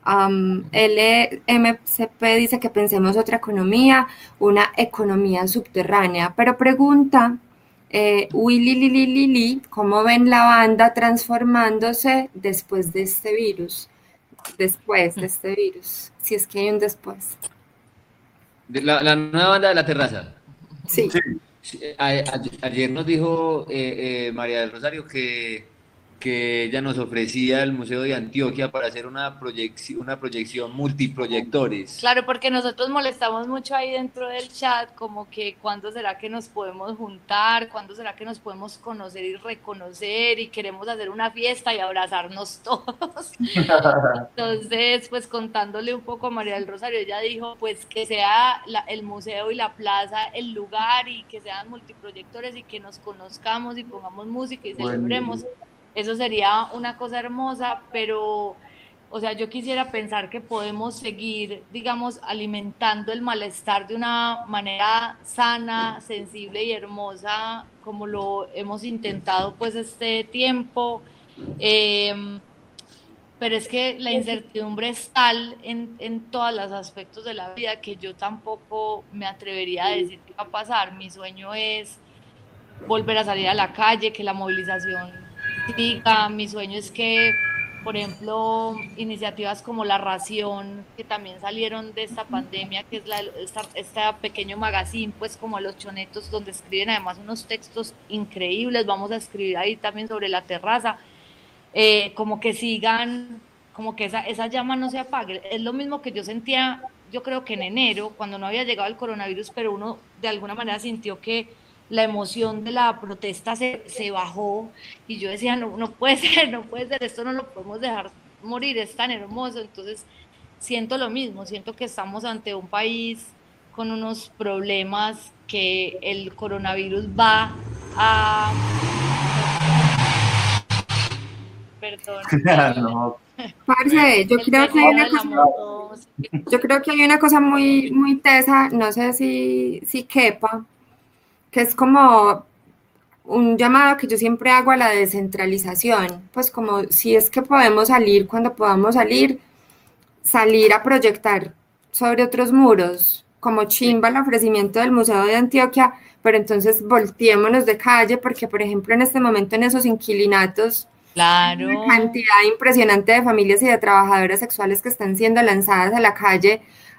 Um, L M C P dice que pensemos otra economía, una economía subterránea, pero pregunta, eh, Willy Lili Lili, ¿cómo ven la banda transformándose después de este virus? Después de este virus, si es que hay un después. De La, la nueva banda de La Terraza. Sí, sí. Sí, a- a- ayer nos dijo eh, eh, María del Rosario que, que ella nos ofrecía el Museo de Antioquia para hacer una, proyección una proyección multiproyectores. Claro, porque nosotros molestamos mucho ahí dentro del chat, como que cuándo será que nos podemos juntar, cuándo será que nos podemos conocer y reconocer, y queremos hacer una fiesta y abrazarnos todos. Entonces, pues contándole un poco a María del Rosario, ella dijo pues que sea la, el museo y la plaza el lugar, y que sean multiproyectores, y que nos conozcamos y pongamos música y Bueno. celebremos. Eso sería una cosa hermosa, pero, o sea, yo quisiera pensar que podemos seguir, digamos, alimentando el malestar de una manera sana, sensible y hermosa, como lo hemos intentado pues este tiempo. Eh, pero es que la incertidumbre es tal en, en todos los aspectos de la vida que yo tampoco me atrevería a decir qué va a pasar. Mi sueño es volver a salir a la calle, que la movilización siga. Mi sueño es que, por ejemplo, iniciativas como La Ración, que también salieron de esta pandemia, que es la, esta, esta pequeño magazine, pues como Los Chonetos, donde escriben además unos textos increíbles. Vamos a escribir ahí también sobre La Terraza. Eh, como que sigan como que esa, esa llama no se apague. Es lo mismo que yo sentía, yo creo que en enero, cuando no había llegado el coronavirus, pero uno de alguna manera sintió que la emoción de la protesta se, se bajó y yo decía, no, no puede ser, no puede ser, esto no lo podemos dejar morir, es tan hermoso. Entonces siento lo mismo, siento que estamos ante un país con unos problemas que el coronavirus va a... Perdón. No. Parce, yo creo que hay una cosa, yo creo que hay una cosa muy, muy tesa, no sé si, si quepa, que es como un llamado que yo siempre hago a la descentralización, pues como si es que podemos salir cuando podamos salir, salir a proyectar sobre otros muros, como chimba el ofrecimiento del Museo de Antioquia, pero entonces volteémonos de calle, porque por ejemplo en este momento en esos inquilinatos, claro, una cantidad impresionante de familias y de trabajadoras sexuales que están siendo lanzadas a la calle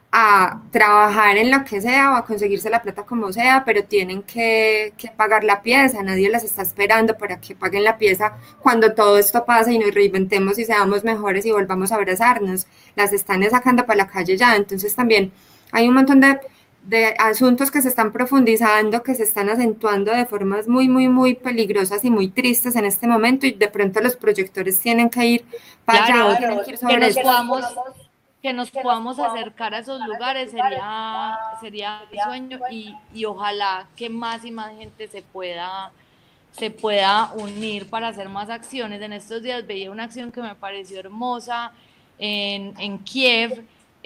a trabajar en lo que sea o a conseguirse la plata como sea, pero tienen que, que pagar la pieza, nadie las está esperando para que paguen la pieza cuando todo esto pase y nos reinventemos y seamos mejores y volvamos a abrazarnos, las están sacando para la calle ya. Entonces también hay un montón de, de asuntos que se están profundizando, que se están acentuando de formas muy, muy, muy peligrosas y muy tristes en este momento, y de pronto los proyectores tienen que ir para claro, allá, claro, tienen que ir sobre que nos eso. podamos, que nos podamos acercar a esos lugares sería, sería mi sueño, y, y ojalá que más y más gente se pueda, se pueda unir para hacer más acciones. En estos días veía una acción que me pareció hermosa en, en Kiev,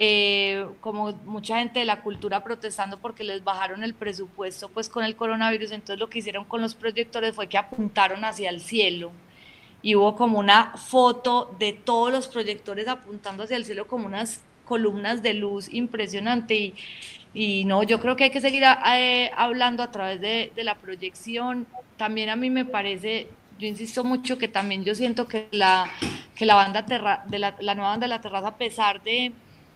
eh, como mucha gente de la cultura protestando porque les bajaron el presupuesto pues con el coronavirus. Entonces lo que hicieron con los proyectores fue que apuntaron hacia el cielo y hubo como una foto de todos los proyectores apuntando hacia el cielo como unas columnas de luz impresionante. Y, y no, yo creo que hay que seguir a, eh, hablando a través de, de la proyección. También a mí me parece, yo insisto mucho que también yo siento que la, que la banda terra, de la, la nueva banda de la terraza, a pesar de,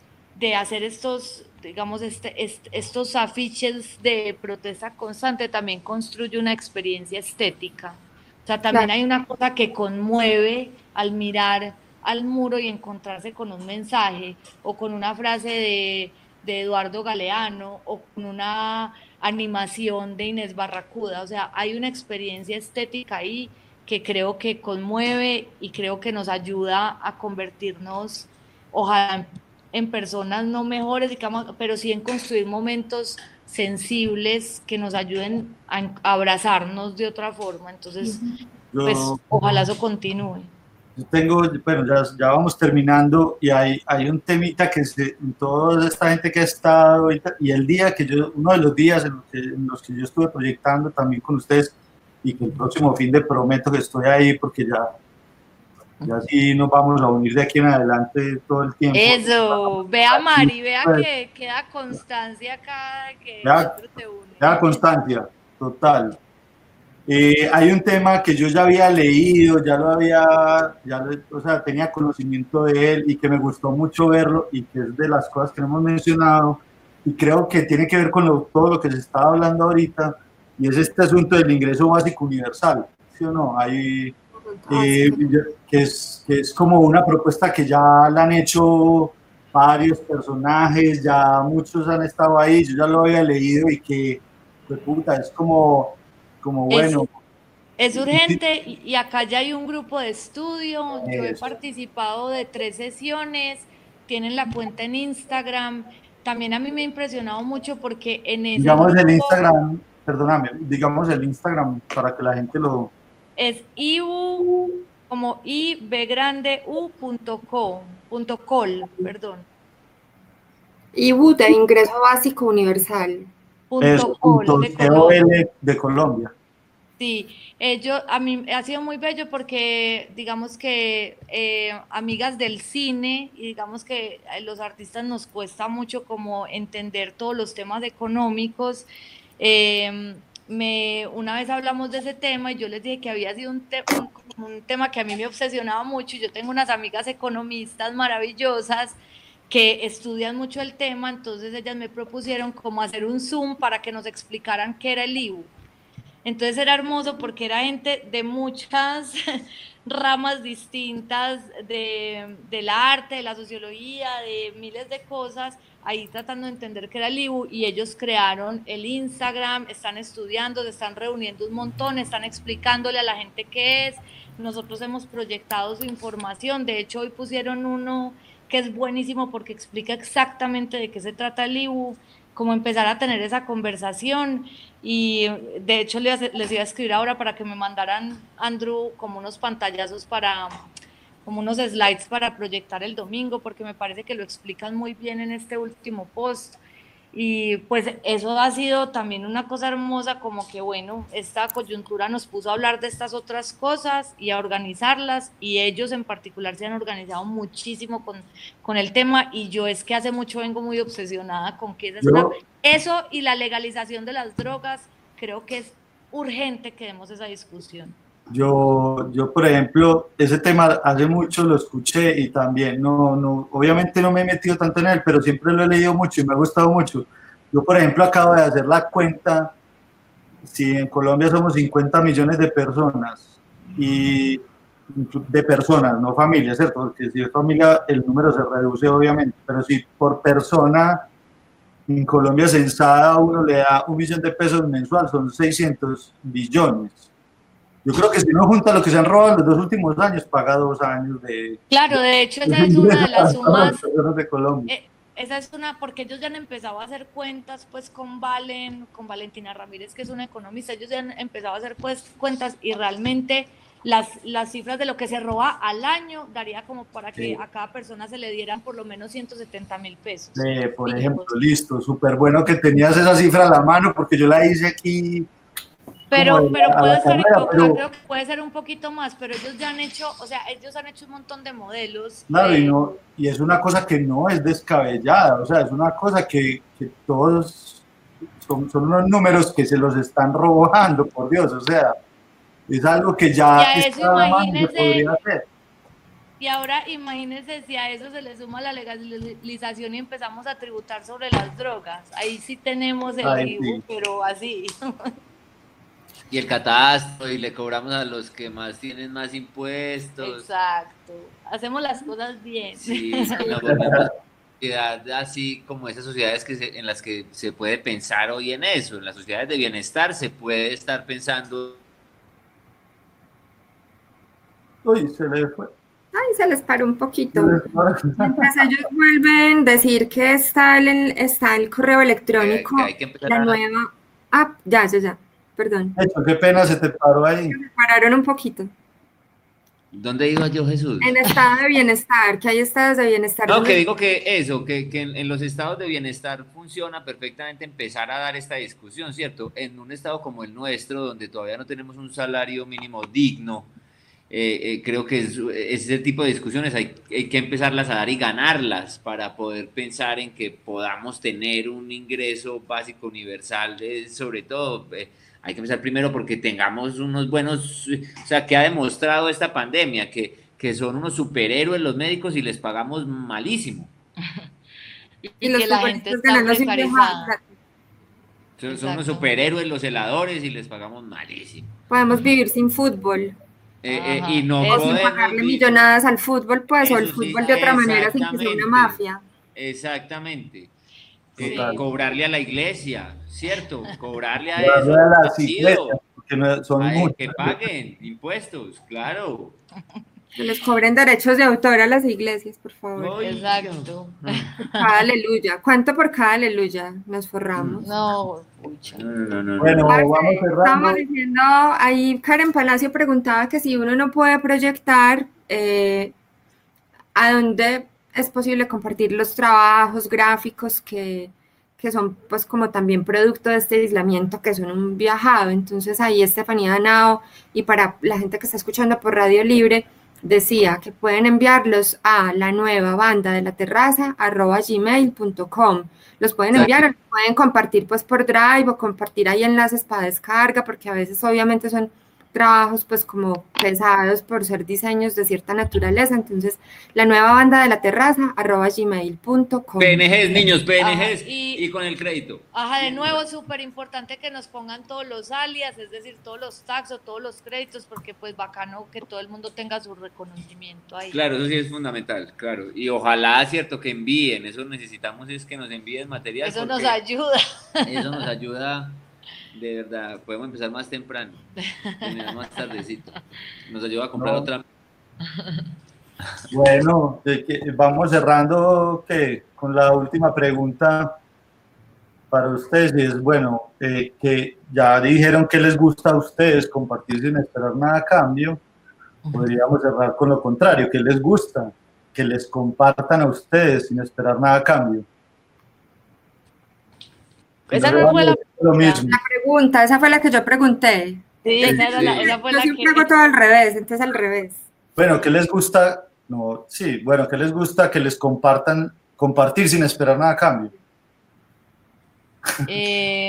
de hacer estos, digamos, este, est, estos afiches de protesta constante, también construye una experiencia estética. O sea, también hay una cosa que conmueve al mirar al muro y encontrarse con un mensaje o con una frase de, de Eduardo Galeano o con una animación de Inés Barracuda. O sea, hay una experiencia estética ahí que creo que conmueve y creo que nos ayuda a convertirnos, ojalá, en personas no mejores, digamos, pero sí en construir momentos sensibles que nos ayuden a abrazarnos de otra forma. Entonces, pues Yo, ojalá eso continúe. yo tengo, bueno, ya, ya vamos terminando y hay, hay un temita que se, toda esta gente que ha estado ahorita, y el día que yo, uno de los días en los, que, en los que yo estuve proyectando también con ustedes, y que el próximo fin de prometo que estoy ahí porque ya, ya sí nos vamos a unir de aquí en adelante todo el tiempo. Eso, vea Mari, vea que queda constancia acá, que vea, te une. Vea constancia, total. Eh, hay un tema que yo ya había leído, ya lo había, ya lo, o sea, tenía conocimiento de él y que me gustó mucho verlo y que es de las cosas que hemos mencionado y creo que tiene que ver con lo, todo lo que se estaba hablando ahorita, y es este asunto del ingreso básico universal, ¿sí o no? Hay, eh, que, es, que es como una propuesta que ya la han hecho varios personajes, ya muchos han estado ahí, yo ya lo había leído y que, pues puta, es como, como bueno. Es, es urgente y, y acá ya hay un grupo de estudio, yo he participado de tres sesiones, tienen la cuenta en Instagram. También a mí me ha impresionado mucho porque en ese digamos grupo, el Instagram, perdóname, digamos el Instagram para que la gente lo... Es ibu, como i b grande u punto co, punto col, perdón. Ibu de ingreso básico universal. Punto es, col, punto de Colombia. de Colombia. Sí, eh, yo, a mí ha sido muy bello porque digamos que eh, amigas del cine, y digamos que a los artistas nos cuesta mucho como entender todos los temas económicos. Eh, me, una vez hablamos de ese tema y yo les dije que había sido un, te un, un tema que a mí me obsesionaba mucho, y yo tengo unas amigas economistas maravillosas que estudian mucho el tema, entonces ellas me propusieron como hacer un Zoom para que nos explicaran qué era el ibu. Entonces era hermoso porque era gente de muchas ramas distintas de, del arte, de la sociología, de miles de cosas, ahí tratando de entender qué era el I B U, y ellos crearon el Instagram, están estudiando, se están reuniendo un montón, están explicándole a la gente qué es. Nosotros hemos proyectado su información, de hecho hoy pusieron uno que es buenísimo porque explica exactamente de qué se trata el I B U, cómo empezar a tener esa conversación, y de hecho les, les iba a escribir ahora para que me mandaran, Andrew, como unos pantallazos para, como unos slides para proyectar el domingo, porque me parece que lo explican muy bien en este último post. Y pues eso ha sido también una cosa hermosa, como que bueno, esta coyuntura nos puso a hablar de estas otras cosas y a organizarlas, y ellos en particular se han organizado muchísimo con, con el tema, y yo es que hace mucho vengo muy obsesionada con que esa es una, eso y la legalización de las drogas, creo que es urgente que demos esa discusión. Yo, yo, por ejemplo, ese tema hace mucho lo escuché y también, no, no, obviamente no me he metido tanto en él, pero siempre lo he leído mucho y me ha gustado mucho. Yo, por ejemplo, acabo de hacer la cuenta, si en Colombia somos cincuenta millones de personas, y de personas, no familias, ¿cierto? Porque si es familia el número se reduce obviamente, pero si por persona en Colombia censada uno le da un millón de pesos mensual, son seiscientos billones. Yo creo que si uno junta lo que se han robado en los dos últimos años, paga dos años de... Claro, de hecho esa es una de las sumas... de Colombia. Eh, esa es una, porque ellos ya han empezado a hacer cuentas pues con Valen, con Valentina Ramírez, que es una economista, ellos ya han empezado a hacer pues cuentas, y realmente las, las cifras de lo que se roba al año daría como para que sí, a cada persona se le dieran por lo menos ciento setenta mil pesos. Sí, por sí, ejemplo, pues, listo, súper bueno que tenías esa cifra a la mano, porque yo la hice aquí... Pero, pero puede estar equivocado, creo que puede ser un poquito más, pero ellos ya han hecho, o sea, ellos han hecho un montón de modelos. Claro, de... y, no, y es una cosa que no es descabellada, o sea, es una cosa que, que todos son, son unos números que se los están robando, por Dios, o sea, es algo que ya y está a la mano y se podría hacer. Y ahora imagínense si a eso se le suma la legalización y empezamos a tributar sobre las drogas, ahí sí tenemos el Ay, I B U, sí, pero así... Y el catastro, y le cobramos a los que más tienen más impuestos. Exacto, hacemos las cosas bien. Sí, nos volvemos sociedad así como esas sociedades que se, en las que se puede pensar hoy en eso, en las sociedades de bienestar se puede estar pensando. Uy, se le fue. Ay, se les paró un poquito. Mientras ellos vuelven a decir que está el, está el correo electrónico, que hay que la a... nueva... Ah, ya, ya, ya. Perdón. Hecho, qué pena, se te paró ahí. Se pararon un poquito. ¿Dónde iba yo, Jesús? En estado de bienestar, que hay estados de bienestar. No, que digo que eso, que, que en, en los estados de bienestar funciona perfectamente empezar a dar esta discusión, ¿cierto? En un estado como el nuestro, donde todavía no tenemos un salario mínimo digno, eh, eh, creo que es, ese tipo de discusiones hay, hay que empezarlas a dar y ganarlas para poder pensar en que podamos tener un ingreso básico universal, de, sobre todo... Eh, hay que empezar primero porque tengamos unos buenos, o sea, que ha demostrado esta pandemia, que, que son unos superhéroes los médicos y les pagamos malísimo. y, y que la gente está precarizada. Son, son unos superhéroes los heladores y les pagamos malísimo. Podemos vivir sin fútbol. Eh, eh, y no o sin pagarle millonadas al fútbol, pues, o el fútbol sí, de otra manera sin que sea una mafia. Exactamente. Sí. Eh, cobrarle a la iglesia, ¿cierto? Cobrarle a eso. A las iglesias, porque no son Ay, muchas. Que paguen impuestos, claro. Que les cobren derechos de autor a las iglesias, por favor. Ay, exacto. Cada aleluya. ¿Cuánto por cada aleluya? Nos forramos. No, pucha. No, no, no, bueno, Parce, vamos cerrando. Estamos diciendo, ahí Karen Palacio preguntaba que si uno no puede proyectar, eh, ¿a dónde es posible compartir los trabajos gráficos que, que son pues como también producto de este aislamiento, que son un viajado? Entonces ahí Estefanía Danao, y para la gente que está escuchando por Radio Libre, decía que pueden enviarlos a la nueva banda de la terraza arroba gmail punto com. Los pueden enviar o los pueden compartir pues por Drive o compartir ahí enlaces para descarga, porque a veces obviamente son trabajos pues como pesados por ser diseños de cierta naturaleza. Entonces, la nueva banda de la terraza, arroba gmail punto com. P N Gs, niños, P N Gs. Ajá, y, y con el crédito. Ajá, de nuevo, súper importante que nos pongan todos los alias, es decir, todos los tags o todos los créditos, porque pues bacano que todo el mundo tenga su reconocimiento ahí. Claro, eso sí es fundamental, claro. Y ojalá, cierto, que envíen, eso necesitamos es que nos envíen material. Eso nos ayuda. Eso nos ayuda, de verdad, podemos empezar más temprano, terminar más tardecito. Nos ayuda a comprar no. otra. Bueno, vamos cerrando que con la última pregunta para ustedes, y es bueno, eh, que ya dijeron que les gusta a ustedes compartir sin esperar nada a cambio. Podríamos cerrar con lo contrario, que les gusta que les compartan a ustedes sin esperar nada a cambio. Esa no fue la, lo mismo. la pregunta, esa fue la que yo pregunté. Sí, esa, era la, esa fue yo la siempre que... hago todo al revés, entonces al revés. Bueno, ¿qué les gusta? No, sí, bueno, ¿qué les gusta que les compartan, compartir sin esperar nada a cambio? Eh,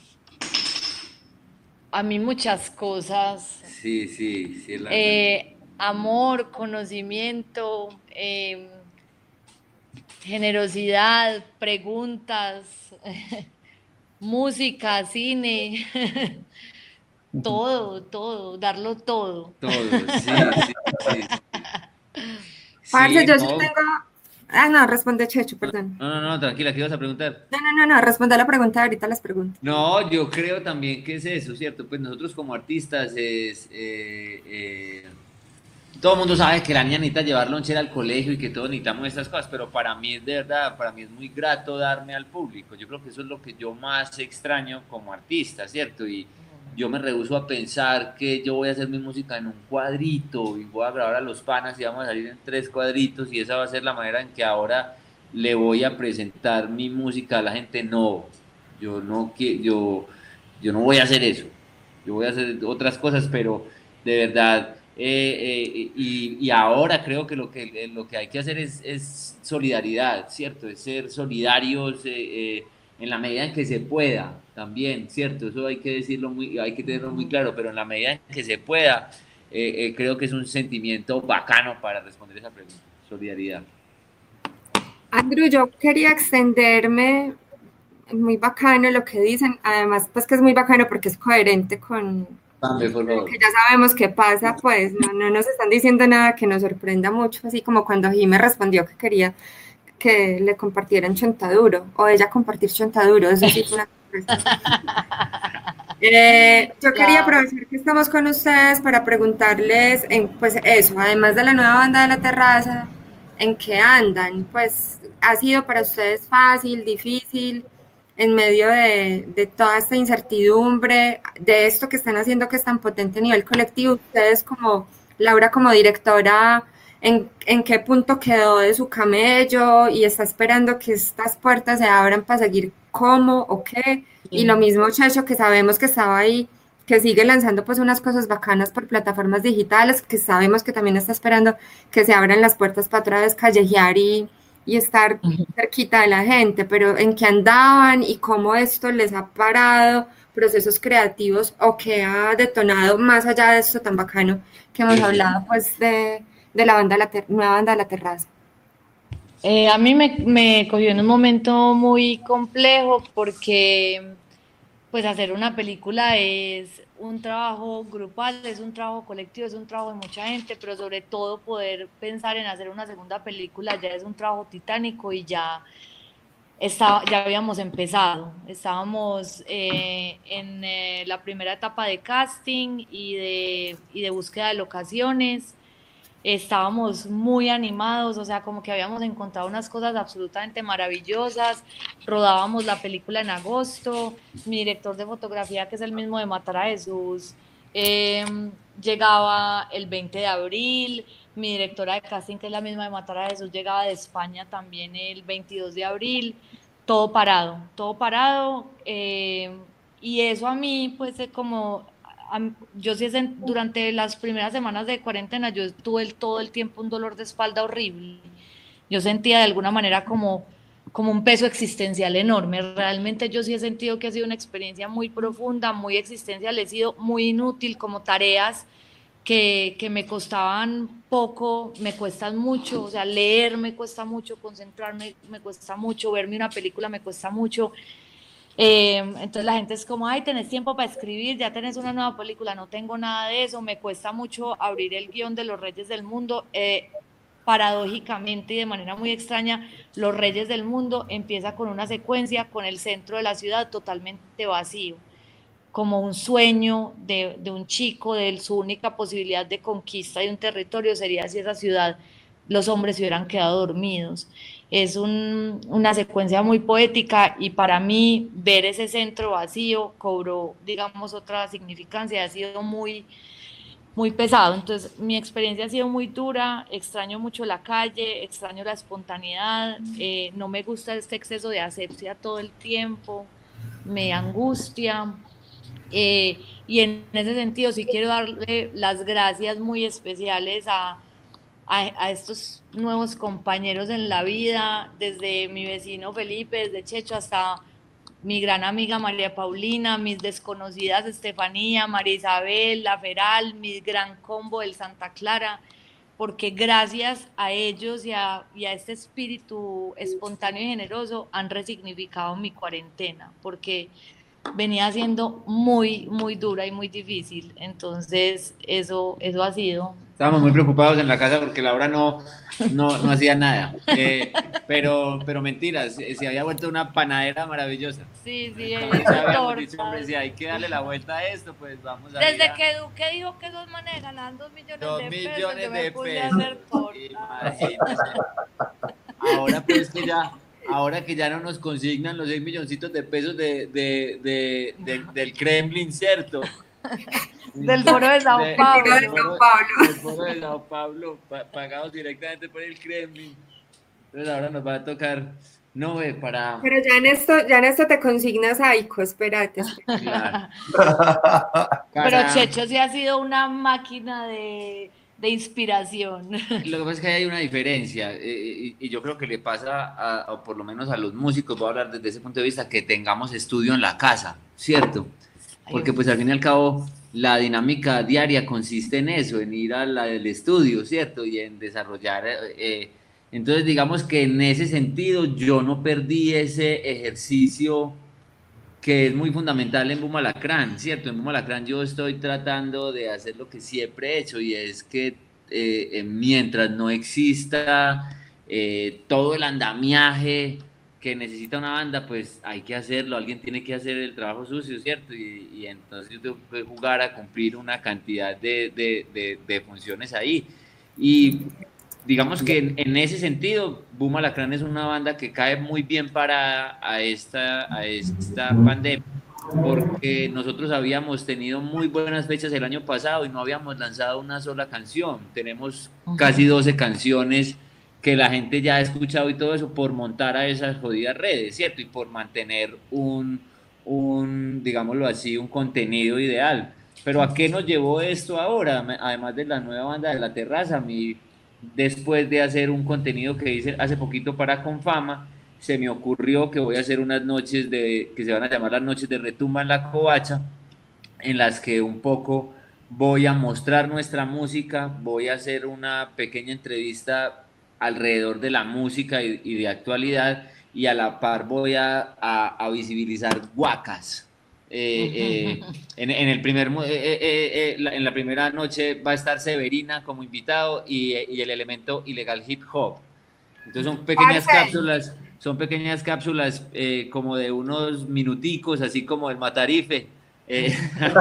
a mí muchas cosas. Sí, sí, sí. La eh, amor, conocimiento, eh, generosidad, preguntas, música, cine, todo, todo, darlo todo. Todo, sí, sí, sí. Parce, sí, yo no. sí tengo... Ah, no, responde Checho, perdón. No, no, no, tranquila, ¿qué ibas a preguntar? No, no, no, no, responde la pregunta, ahorita las pregunto. No, yo creo también que es eso, ¿cierto? Pues nosotros como artistas es... Eh, eh, todo el mundo sabe que la niña necesita llevar lonchera al colegio y que todos necesitamos estas cosas, pero para mí es de verdad, para mí es muy grato darme al público. Yo creo que eso es lo que yo más extraño como artista, ¿cierto? Y yo me rehúso a pensar que yo voy a hacer mi música en un cuadrito y voy a grabar a los panas y vamos a salir en tres cuadritos y esa va a ser la manera en que ahora le voy a presentar mi música a la gente. No, yo no, yo, yo no voy a hacer eso. Yo voy a hacer otras cosas, pero de verdad... Eh, eh, y, y ahora creo que lo que, lo que hay que hacer es, es solidaridad, ¿cierto? Es ser solidarios eh, eh, en la medida en que se pueda también, ¿cierto? Eso hay que decirlo muy, hay que tenerlo muy claro, pero en la medida en que se pueda, eh, eh, creo que es un sentimiento bacano para responder esa pregunta, solidaridad. Andrew, yo quería extenderme, muy bacano lo que dicen, además pues que es muy bacano porque es coherente con... Dame, por favor. Que ya sabemos qué pasa, pues no, no nos están diciendo nada que nos sorprenda mucho, así como cuando Jimé respondió que quería que le compartieran Chontaduro, o ella compartir Chontaduro, eso sí fue una sorpresa. Eh, yo quería aprovechar que estamos con ustedes para preguntarles, en, pues eso, además de la nueva banda de la terraza, ¿en qué andan? Pues, ¿ha sido para ustedes fácil, difícil? En medio de, de toda esta incertidumbre, de esto que están haciendo que es tan potente a nivel colectivo, ustedes como, Laura como directora, ¿en, en qué punto quedó de su camello y está esperando que estas puertas se abran para seguir cómo o qué? Sí. Y lo mismo Checho, que sabemos que estaba ahí, que sigue lanzando pues unas cosas bacanas por plataformas digitales, que sabemos que también está esperando que se abran las puertas para otra vez callejear y y estar cerquita de la gente, pero en qué andaban y cómo esto les ha parado procesos creativos o qué ha detonado más allá de esto tan bacano que hemos hablado pues de, de la banda la ter- nueva banda de la terraza. Eh, a mí me, me cogió en un momento muy complejo porque pues hacer una película es un trabajo grupal, es un trabajo colectivo, es un trabajo de mucha gente, pero sobre todo poder pensar en hacer una segunda película ya es un trabajo titánico y ya, estaba, ya habíamos empezado. Estábamos eh, en eh, la primera etapa de casting y de, y de búsqueda de locaciones. Estábamos muy animados, o sea, como que habíamos encontrado unas cosas absolutamente maravillosas. Rodábamos la película en agosto. Mi director de fotografía, que es el mismo de Matar a Jesús, eh, llegaba el veinte de abril. Mi directora de casting, que es la misma de Matar a Jesús, llegaba de España también el veintidós de abril. Todo parado, todo parado. Eh, y eso a mí, pues, es como... Yo sí, durante las primeras semanas de cuarentena, yo tuve el, todo el tiempo un dolor de espalda horrible. Yo sentía de alguna manera como, como un peso existencial enorme. Realmente yo sí he sentido que ha sido una experiencia muy profunda, muy existencial, he sido muy inútil, como tareas que, que me costaban poco, me cuestan mucho, o sea, leer me cuesta mucho, concentrarme me cuesta mucho, verme una película me cuesta mucho. Eh, entonces la gente es como, ay, tenés tiempo para escribir, ya tenés una nueva película. No tengo nada de eso, me cuesta mucho abrir el guión de Los Reyes del Mundo. Eh, paradójicamente y de manera muy extraña, Los Reyes del Mundo empieza con una secuencia con el centro de la ciudad totalmente vacío, como un sueño de, de un chico, de su única posibilidad de conquista de un territorio sería si esa ciudad los hombres se hubieran quedado dormidos. Es un, una secuencia muy poética y para mí ver ese centro vacío cobró, digamos, otra significancia, ha sido muy, muy pesado. Entonces mi experiencia ha sido muy dura, extraño mucho la calle, extraño la espontaneidad, eh, no me gusta este exceso de asepsia todo el tiempo, me angustia. Eh, y en ese sentido sí quiero darle las gracias muy especiales a, a, a estos nuevos compañeros en la vida, desde mi vecino Felipe, desde Checho hasta mi gran amiga María Paulina, mis desconocidas Estefanía, María Isabel, La Feral, mi gran combo del Santa Clara, porque gracias a ellos y a, y a este espíritu espontáneo y generoso han resignificado mi cuarentena, porque venía siendo muy, muy dura y muy difícil. Entonces, eso, eso ha sido. Estábamos muy preocupados en la casa porque Laura no, no, no hacía nada. Eh, pero, pero mentiras, se había vuelto una panadera maravillosa. Sí, sí, dicho, hombre, si hay que darle la vuelta a esto, pues vamos a Desde ir a... que Duque dijo que esos manes ganaban dos millones dos de pesos, millones yo me de puse pesos. a hacer torta. Ahora pues que ya... Ahora que ya no nos consignan los seis milloncitos de pesos de, de, de, de, del Kremlin, ¿cierto? Del foro de Sao De- Paulo. de Sao Paulo. Del foro de Sao Paulo, pa- pagados directamente por el Kremlin. Entonces ahora nos va a tocar, no ve, para... Pero ya en esto, ya en esto te consignas a Ico, espérate. espérate. Claro. Pero Para- Checho sí ha sido una máquina de, de inspiración. Lo que pasa es que hay una diferencia, eh, y, y yo creo que le pasa, a, o por lo menos a los músicos, voy a hablar desde ese punto de vista, que tengamos estudio en la casa, ¿cierto? Porque pues al fin y al cabo la dinámica diaria consiste en eso, en ir al estudio, ¿cierto? Y en desarrollar, eh, entonces digamos que en ese sentido yo no perdí ese ejercicio que es muy fundamental en Boom Alacrán, ¿cierto? En Boom Alacrán yo estoy tratando de hacer lo que siempre he hecho y es que eh, mientras no exista eh, todo el andamiaje que necesita una banda, pues hay que hacerlo, alguien tiene que hacer el trabajo sucio, ¿cierto? Y, y entonces yo tengo que jugar a cumplir una cantidad de, de, de, de funciones ahí. Y digamos que en, en ese sentido, Boom Alacrán es una banda que cae muy bien para a esta, a esta pandemia, porque nosotros habíamos tenido muy buenas fechas el año pasado y no habíamos lanzado una sola canción. Tenemos casi doce canciones que la gente ya ha escuchado y todo eso por montar a esas jodidas redes, ¿cierto? Y por mantener un, un, digámoslo así, un contenido ideal. Pero ¿a qué nos llevó esto ahora? Además de la nueva banda de La Terraza, a mí, después de hacer un contenido que hice hace poquito para Confama, se me ocurrió que voy a hacer unas noches de, que se van a llamar las noches de Retumba en la Covacha, en las que un poco voy a mostrar nuestra música, voy a hacer una pequeña entrevista alrededor de la música y, y de actualidad, y a la par voy a, a, a visibilizar guacas. Eh, eh, en, en, el primer, eh, eh, eh, en la primera noche va a estar Severina como invitado y, y el elemento ilegal hip hop. Entonces son pequeñas Parce. cápsulas, son pequeñas cápsulas eh, como de unos minuticos, así como el Matarife. Eh.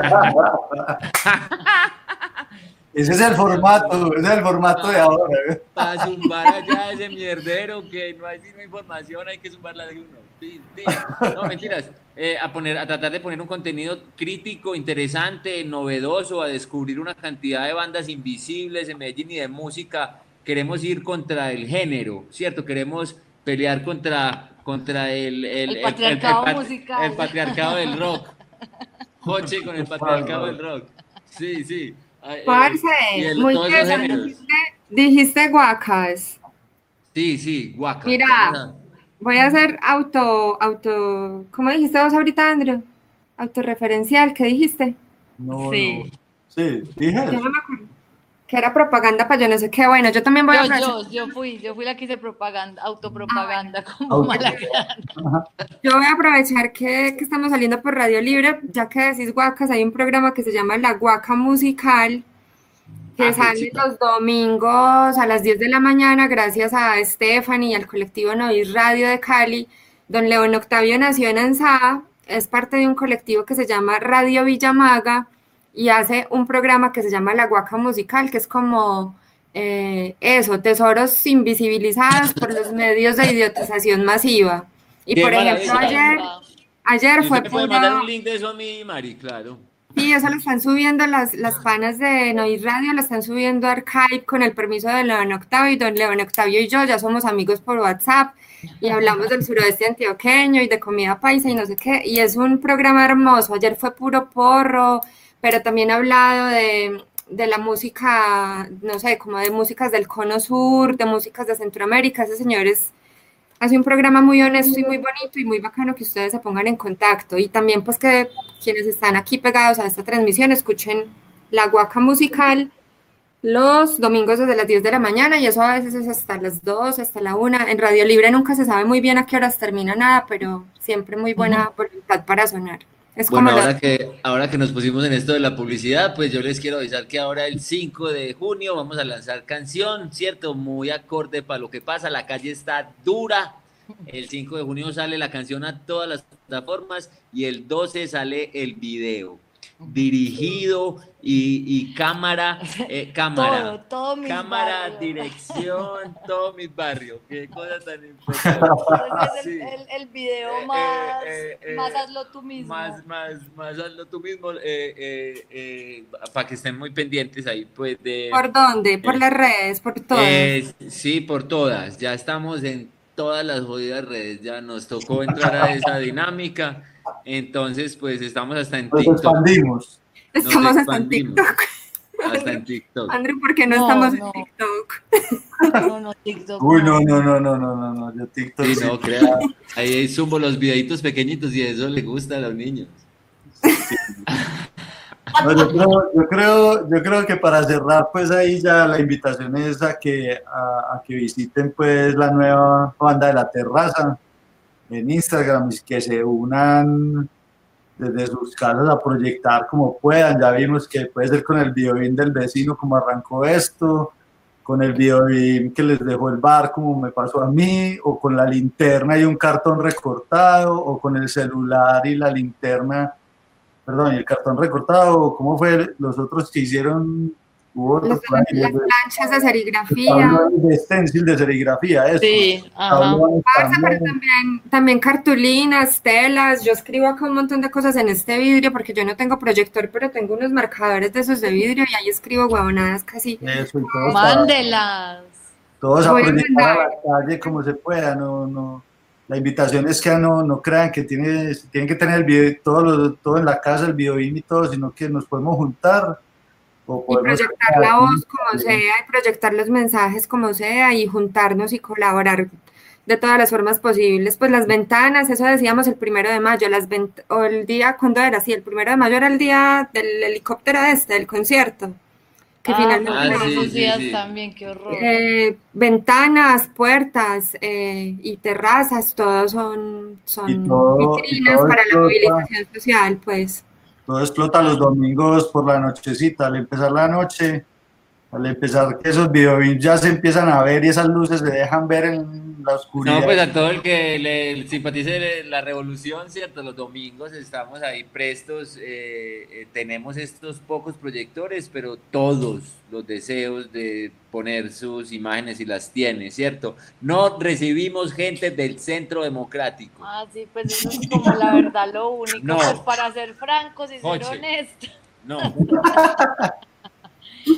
Ese es el formato, ese es el formato de ahora. Para zumbar allá ese mierdero que no hay sino información, hay que zumbarla de uno. Sí, sí. No, mentiras. Eh, a, poner, a tratar de poner un contenido crítico, interesante, novedoso, a descubrir una cantidad de bandas invisibles en Medellín y de música. Queremos ir contra el género, ¿cierto? Queremos pelear contra, contra el, el, El patriarcado el, el, el, musical. el patriarcado del rock. Joche con el patriarcado del rock. Sí, sí. Parce, eh, el, muy interesante. Dijiste, dijiste guacas. Sí, sí, guacas. Mira, voy a hacer auto, auto, ¿cómo dijiste vos ahorita, Andrew? Autorreferencial, ¿qué dijiste? No, Sí. no. Sí, dije Yo eso. no me acuerdo. Que era propaganda para yo no sé qué. Bueno, yo también voy a Yo, aprovechar. yo, yo fui, yo fui la que hice propaganda, autopropaganda como Auto- mala gana. Yo voy a aprovechar que, que estamos saliendo por Radio Libre, ya que decís guacas, hay un programa que se llama La Guaca Musical, que Ah, qué sale chiva. los domingos a las diez de la mañana, gracias a Stephanie y al colectivo Nois Radio de Cali. Don León Octavio nació en Ansá, es parte de un colectivo que se llama Radio Villamaga y hace un programa que se llama La Guaca Musical, que es como eh, eso, tesoros invisibilizados por los medios de idiotización masiva. Y Qué por ejemplo, maravilla. ayer, ayer Y fue usted me puede mandar pura... un link de eso a mí, Mari, claro. Sí, eso lo están subiendo las, las panas de Nois Radio, lo están subiendo a Archive con el permiso de León Octavio, y don León Octavio y yo ya somos amigos por WhatsApp y hablamos del suroeste antioqueño y de comida paisa y no sé qué, y es un programa hermoso. Ayer fue puro porro, pero también ha hablado de, de la música, no sé, como de músicas del Cono Sur, de músicas de Centroamérica. Ese señor es... Hace un programa muy honesto y muy bonito y muy bacano que ustedes se pongan en contacto. Y también pues que quienes están aquí pegados a esta transmisión escuchen La Guaca Musical los domingos desde las diez de la mañana, y eso a veces es hasta las dos, hasta la una. En Radio Libre nunca se sabe muy bien a qué horas termina nada, pero siempre muy buena voluntad para sonar. Es Bueno, como ahora la... que, ahora que nos pusimos en esto de la publicidad, pues yo les quiero avisar que ahora el cinco de junio vamos a lanzar canción, ¿cierto? Muy acorde para lo que pasa, la calle está dura. El cinco de junio sale la canción a todas las plataformas y el doce sale el video dirigido y, y cámara, eh, cámara, Todo, todo mis cámara, barrios. dirección, todo mi barrio. Qué cosa tan importante. Entonces, Sí. el, el, el video Eh, más, eh, eh, más eh, hazlo tú mismo. Más, más, más hazlo tú mismo, eh, eh, eh, para que estén muy pendientes ahí, pues de... ¿Por dónde? Por las redes, por todas. Eh, sí, por todas, ya estamos en todas las jodidas redes, ya nos tocó entrar a esa dinámica, entonces pues estamos hasta en Nos TikTok, expandimos. nos Estamos hasta en expandimos, TikTok. hasta en TikTok. Andrew, ¿por qué no, No, estamos no. en TikTok? No, no, TikTok. Uy, no, no, no, no, no, no, no. Yo TikTok. Sí, sí. no, crean, ahí subo los videitos pequeñitos y eso le gusta a los niños. No, yo, creo, yo, creo, yo creo que para cerrar, pues ahí ya la invitación es a que, a, a que visiten pues la nueva banda de La Terraza en Instagram y que se unan desde sus casas a proyectar como puedan. Ya vimos que puede ser con el videobeam del vecino como arrancó esto, con el videobeam que les dejó el bar como me pasó a mí, o con la linterna y un cartón recortado, o con el celular y la linterna, perdón, y el cartón recortado. ¿Cómo fue los otros que hicieron? Hubo otros Los, por ahí, las de, planchas de serigrafía. de stencil, de serigrafía, eso. Sí, ajá. Tablones Parce, pero también. también, también cartulinas, telas. Yo escribo acá un montón de cosas en este vidrio porque yo no tengo proyector, pero tengo unos marcadores de esos de vidrio y ahí escribo huevonadas casi. Eso, y todos, Mándelas. todos a Voy a proyectar a mandar. la calle como se pueda. No, no. La invitación es que no, no crean que tiene, tienen que tener el video, todo, lo, todo en la casa, el videobeam y todo, sino que nos podemos juntar. O Y podemos proyectar la voz como sea, y proyectar los mensajes como sea, y juntarnos y colaborar de todas las formas posibles. Pues las ventanas, eso decíamos el primero de mayo, las vent o el día, ¿cuándo era? Sí, el primero de mayo era el día del helicóptero este, del concierto. Que Ah, finalmente Ah, por sí, esos sí, días sí. también, qué horror. Eh, ventanas, puertas eh, y terrazas, todos son, son Y todo- y vitrinas todo para la explota. movilización social, pues. Todo explota los domingos por la nochecita. Al empezar la noche, al empezar que esos videobeams ya se empiezan a ver y esas luces se dejan ver en la oscuridad. No, pues a todo el que le simpatice la revolución, ¿cierto? Los domingos estamos ahí prestos, eh, eh, tenemos estos pocos proyectores, pero todos los deseos de poner sus imágenes y las tiene, ¿cierto? No recibimos gente del Centro Democrático. Ah, sí, pues eso es como la verdad lo único. No. Pues para ser francos y ser Joche. honestos. No,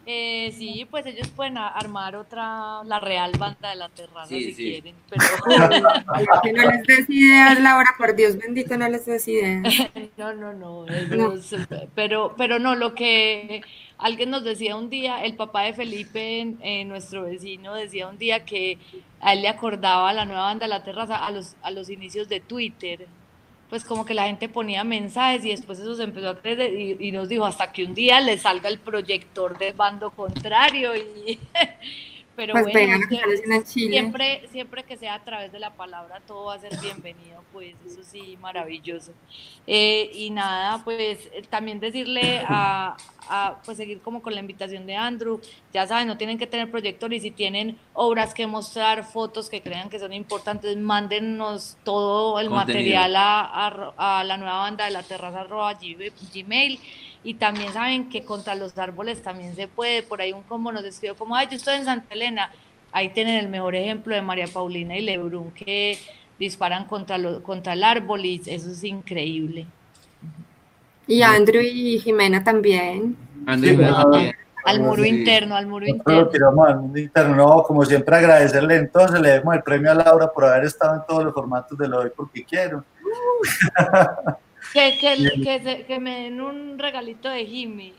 Eh, sí, pues ellos pueden a- armar otra, la Real Banda de la Terraza Sí, si sí. quieren, pero Que no les des ideas, Laura, por Dios bendito, no les des ideas. no, no, no, ellos, pero, pero no, lo que alguien nos decía un día, el papá de Felipe, eh, nuestro vecino, decía un día que a él le acordaba la nueva Banda de la Terraza a los, a los inicios de Twitter. Pues como que la gente ponía mensajes y después eso se empezó a creer y, y nos dijo hasta que un día le salga el proyector del bando contrario y pero Pues bueno, vean lo que sie- están haciendo en Chile. siempre, siempre que sea a través de la palabra todo va a ser bienvenido, pues eso sí, maravilloso. Eh, y nada, pues eh, también decirle a, a, pues seguir como con la invitación de Andrew, ya saben, no tienen que tener proyector y si tienen obras que mostrar, fotos que crean que son importantes, mándennos todo el Contenido. material a, a, a la nueva banda de la terraza arroba gmail. Y también saben que contra los árboles también se puede, por ahí un combo nos escribió como, ay, yo estoy en Santa Elena, ahí tienen el mejor ejemplo de María Paulina y Lebrun que disparan contra, lo, contra el árbol y eso es increíble. Y Andrew y Jimena también. Andrés, Sí, también. Al muro Sí. interno, al muro Nosotros lo interno. tiramos al mundo interno. No, como siempre agradecerle entonces, le demos el premio a Laura por haber estado en todos los formatos de Lo Doy Porque Quiero. Que, que, que, se- que me den un regalito de Jimmy.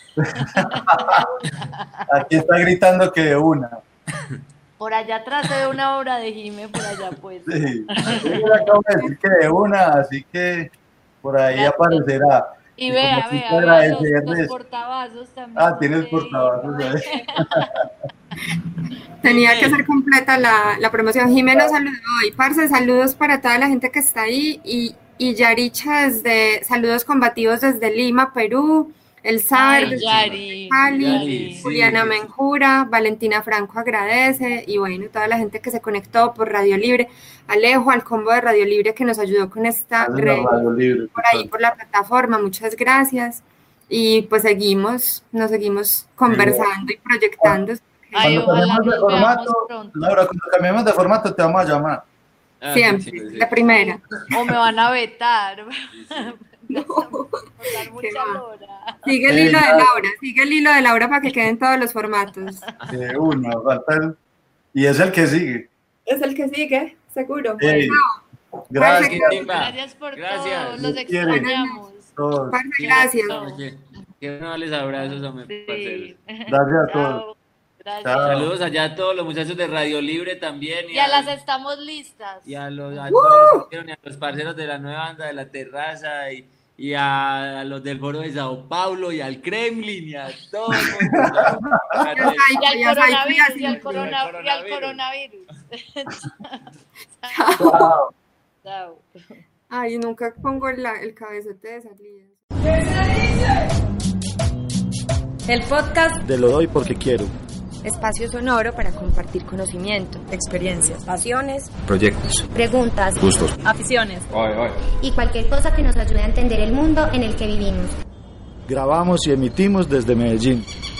Aquí está gritando que de una. Por allá atrás de una obra de Jimmy, por allá pues. Sí. Yo le acabo de decir que de una, así que por ahí Gracias. aparecerá. Y Y vea, como quise vea, vea, los, agradecerles- los portavasos también. Ah, tienes son de- portavasos ahí. Tenía que ser completa la, la promoción. Jimena saludó hoy. Parce, saludos para toda la gente que está ahí. Y, y Yaricha desde, saludos combativos desde Lima, Perú. El Saber Ay, desde Yari, Cali. Yari, sí. Juliana Menjura, Valentina Franco agradece. Y bueno, toda la gente que se conectó por Radio Libre. Alejo, al combo de Radio Libre que nos ayudó con esta Hacen red la radio libre, por ahí por la plataforma. Muchas gracias. Y pues seguimos, nos seguimos conversando y proyectando. Ay, Cuando ojalá cambiemos de nos veamos formato, pronto. Laura, cuando cambiemos de formato te vamos a llamar. Ah, Siempre, sí, sí, sí. la primera. O me van a vetar. Sí, sí. Por dar Qué mucha va. lora. Sigue el Sí, hilo de ya. Laura, sigue el hilo de Laura para que queden todos los formatos. De una, falta el- y es el que sigue. Es el que sigue, seguro. Ey, Bueno, gracias. Qué chimba. Gracias por Gracias. todo. Los Dios quiere. extrañamos. Todos. parce, gracias. Oye, quiero darles abrazos a mis parceros. Sí. Gracias a todos. Chao. Gracias. Chao. Saludos allá a todos los muchachos de Radio Libre también. Y a las estamos listas. y a los, a todos los, que vieron, y a los parceros de la nueva banda de la terraza y, y a, a los del foro de Sao Paulo y al Kremlin y a todo el mundo. Ay, Y al ya sabes, coronavirus, cuídate. y al, corona- al y al coronavirus. coronavirus. Chao. Chao. Ay, nunca pongo la- el cabezote de salida. El podcast De Lo Doy Porque Quiero. espacio sonoro para compartir conocimiento, experiencias, pasiones, Proyectos, Preguntas gustos. aficiones. y cualquier cosa que nos ayude a entender el mundo en el que vivimos. Grabamos y emitimos desde Medellín.